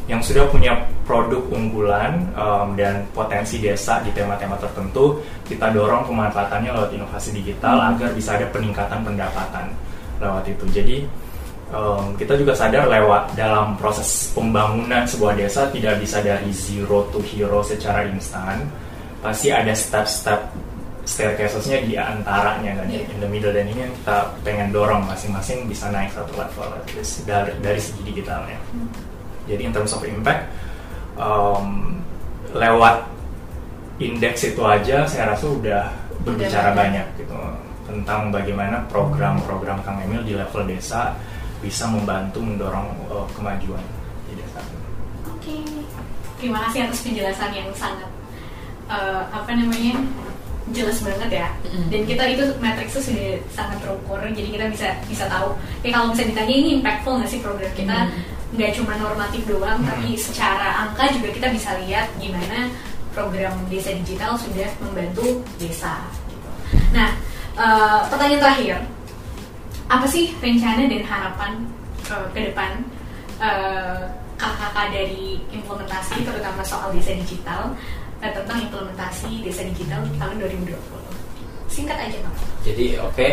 yang sudah punya produk unggulan um, dan potensi desa di tema-tema tertentu, kita dorong pemanfaatannya lewat inovasi digital hmm. agar bisa ada peningkatan pendapatan lewat itu. Jadi um, kita juga sadar lewat dalam proses pembangunan sebuah desa tidak bisa dari zero to hero secara instan, pasti ada step-step staircase-nya di antaranya kan, yeah. in the middle, dan ini yang kita pengen dorong masing-masing bisa naik satu level dari, dari segi digitalnya. Hmm. Jadi in terms of impact, um, lewat indeks itu aja saya rasa udah berbicara banyak gitu tentang bagaimana program-program Kang Emil di level desa bisa membantu mendorong uh, kemajuan di desa. Oke, okay. Terima kasih atas penjelasan yang sangat uh, apa namanya jelas banget ya. Mm-hmm. Dan kita itu matriksnya sudah sangat terukur, jadi kita bisa bisa tahu. Ya kalau bisa ditanya ini impactful nggak sih program kita? Mm-hmm. Nggak cuma normatif doang, hmm. tapi secara angka juga kita bisa lihat gimana program desa digital sudah membantu desa. Gitu. Nah, uh, pertanyaan terakhir, apa sih rencana dan harapan uh, ke depan uh, kakak-kakak dari implementasi, terutama soal desa digital, uh, tentang implementasi desa digital tahun dua ribu dua puluh? Singkat aja, Kak. Jadi, oke. Okay.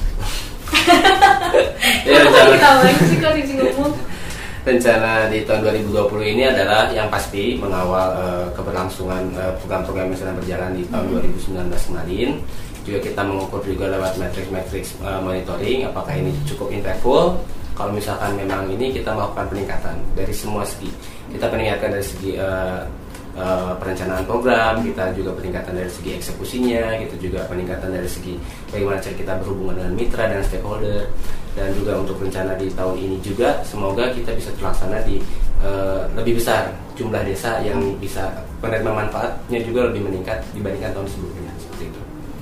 Ya, kita lagi sih kalau ngomong. Rencana di tahun dua ribu dua puluh ini adalah yang pasti mengawal uh, keberlangsungan uh, program-program yang sedang berjalan di tahun dua ribu sembilan belas kemarin. Juga kita mengukur juga lewat matriks-matriks uh, monitoring apakah ini cukup impactful. Kalau misalkan memang ini kita melakukan peningkatan dari semua segi. Kita peningkatan dari segi uh, uh, perencanaan program, kita juga peningkatan dari segi eksekusinya, kita juga peningkatan dari segi bagaimana cara kita berhubungan dengan mitra dan stakeholder. Dan juga untuk rencana di tahun ini juga semoga kita bisa terlaksana di uh, lebih besar jumlah desa yang bisa penerima manfaatnya juga lebih meningkat dibandingkan tahun sebelumnya seperti itu.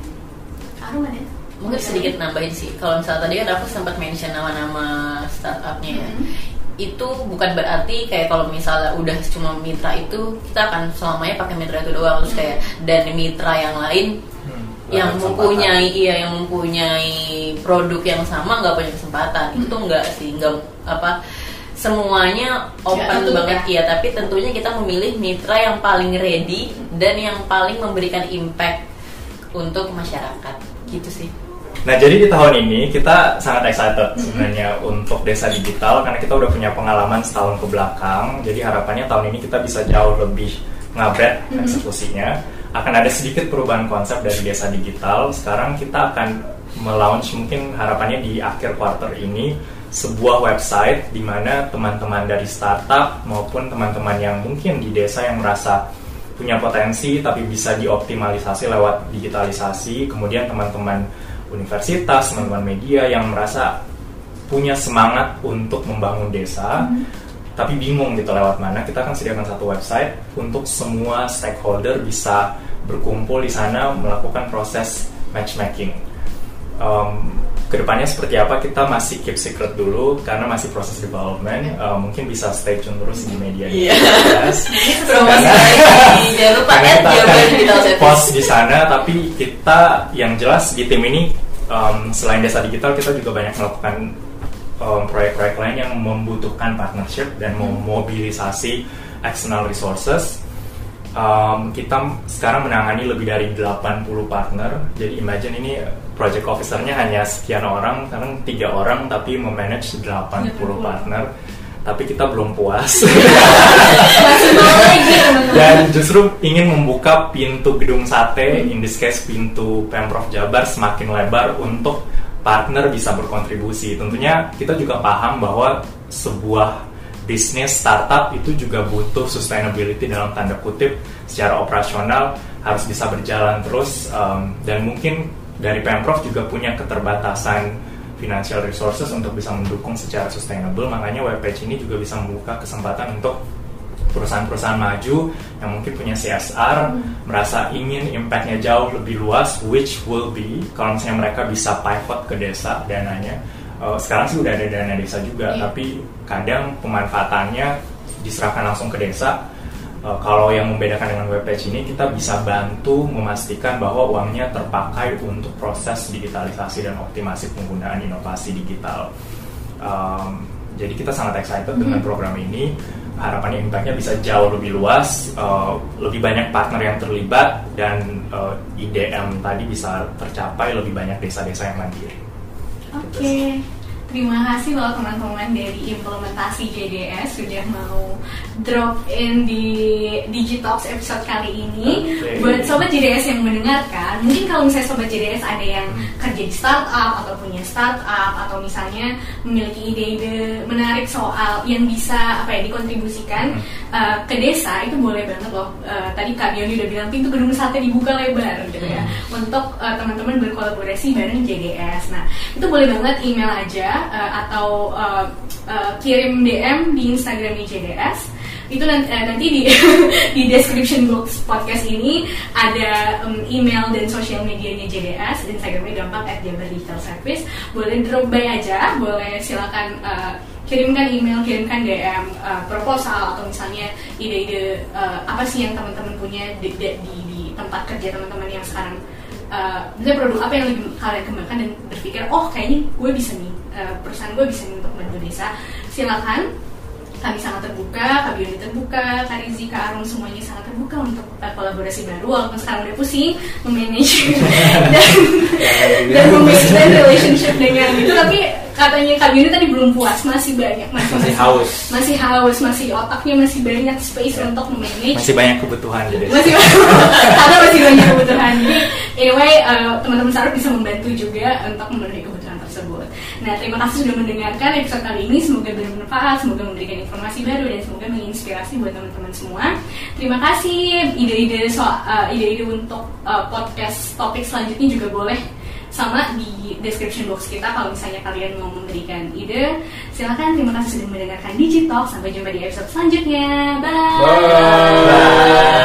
Aruman ya? Mungkin sedikit nambahin sih. Kalau misalnya tadi kan aku sempat mention nama-nama startupnya ya. Mm-hmm. Itu bukan berarti kayak kalau misalnya udah cuma mitra itu kita akan selamanya pakai mitra itu doang, terus kayak dan mitra yang lain yang mempunyai iya yang mempunyai produk yang sama nggak punya kesempatan. Hmm. Itu nggak sih, nggak apa semuanya open ya, banget ya. ya tapi tentunya kita memilih mitra yang paling ready dan yang paling memberikan impact untuk masyarakat gitu sih. Nah, jadi di tahun ini kita sangat excited sebenarnya mm-hmm. untuk desa digital karena kita udah punya pengalaman setahun ke belakang. Jadi harapannya tahun ini kita bisa jauh lebih ngabret mm-hmm. eksekusinya. Akan ada sedikit perubahan konsep dari desa digital. Sekarang kita akan melaunch mungkin harapannya di akhir quarter ini sebuah website di mana teman-teman dari startup maupun teman-teman yang mungkin di desa yang merasa punya potensi tapi bisa dioptimalisasi lewat digitalisasi, kemudian teman-teman universitas, teman-teman media yang merasa punya semangat untuk membangun desa mm-hmm. tapi bingung gitu lewat mana, kita akan sediakan satu website untuk semua stakeholder bisa berkumpul di sana melakukan proses matchmaking. Um, kedepannya seperti apa kita masih keep secret dulu karena masih proses development. Uh, mungkin bisa stay tune terus di media. Iya. Jangan lupa add jawaban digital service. Post di sana, tapi kita yang jelas di tim ini um, selain desa digital kita juga banyak melakukan Um, proyek-proyek lain yang membutuhkan partnership dan memobilisasi external resources. Um, kita sekarang menangani lebih dari delapan puluh partner. Jadi imagine ini project officer-nya hanya sekian orang, sekarang tiga orang tapi memanage delapan puluh partner. Tapi kita belum puas. Dan justru ingin membuka pintu gedung sate, in this case pintu Pemprov Jabar semakin lebar untuk partner bisa berkontribusi. Tentunya kita juga paham bahwa sebuah bisnis startup itu juga butuh sustainability dalam tanda kutip, secara operasional harus bisa berjalan terus, um, dan mungkin dari Pemprov juga punya keterbatasan financial resources untuk bisa mendukung secara sustainable. Makanya webpage ini juga bisa membuka kesempatan untuk perusahaan-perusahaan maju yang mungkin punya C S R, hmm. merasa ingin impact-nya jauh lebih luas, which will be kalau misalnya mereka bisa pivot ke desa dananya. Uh, sekarang sih udah ada dana desa juga, yeah. tapi kadang pemanfaatannya diserahkan langsung ke desa. Uh, kalau yang membedakan dengan webpage ini, kita bisa bantu memastikan bahwa uangnya terpakai untuk proses digitalisasi dan optimasi penggunaan inovasi digital. Um, Jadi kita sangat excited mm-hmm. dengan program ini. Harapannya impactnya bisa jauh lebih luas, uh, lebih banyak partner yang terlibat, dan uh, I D M tadi bisa tercapai lebih banyak desa-desa yang mandiri. Oke, okay. Terima kasih loh teman-teman dari implementasi J D S sudah mau drop in di Digitalks episode kali ini. Okay. Buat sobat J D S yang mendengarkan, mungkin kalau misalnya sobat J D S ada yang kerja di startup atau punya startup atau misalnya memiliki ide-ide menarik soal yang bisa apa ya dikontribusikan hmm. uh, ke desa, itu boleh banget loh. Uh, tadi Kak Dioni udah bilang pintu gedung sate dibuka lebar gitu ya hmm. untuk uh, teman-teman berkolaborasi bareng J D S. Nah itu boleh banget email aja. Uh, atau uh, uh, kirim D M di Instagramnya J D S. Itu nanti, uh, nanti di di description box podcast ini ada um, email dan sosial medianya J D S. Instagramnya gampang at Jabar Digital Service. Boleh drop by aja, boleh silakan uh, kirimkan email, kirimkan D M uh, proposal atau misalnya ide-ide uh, apa sih yang teman-teman punya di, di, di tempat kerja teman-teman yang sekarang. Uh, produk apa yang lagi kalian kembangkan dan berpikir, oh kayaknya gue bisa nih, uh, perusahaan gue bisa nih untuk membantu desa. Silakan, kami sangat terbuka, Kak Bioni terbuka, Kak Rizi, Kak Arum semuanya sangat terbuka untuk uh, kolaborasi baru. Walaupun sekarang udah pusing memanage dan dan membangun relationship dengan itu, tapi katanya Kak Bioni tadi belum puas, masih banyak, masih, masih haus, masih haus, masih otaknya masih banyak space ya. Untuk memanage, masih banyak kebutuhan jadi masih karena masih banyak kebutuhan. Jadi anyway, uh, teman-teman startup bisa membantu juga untuk memenuhi kebutuhan tersebut. Nah, terima kasih sudah mendengarkan episode kali ini. Semoga bermanfaat, semoga memberikan informasi baru dan semoga menginspirasi buat teman-teman semua. Terima kasih. Ide-ide soal uh, ide-ide untuk uh, podcast topik selanjutnya juga boleh sama di description box kita kalau misalnya kalian mau memberikan ide. Silakan. Terima kasih sudah mendengarkan Digitalks. Sampai jumpa di episode selanjutnya. Bye. Bye. Bye.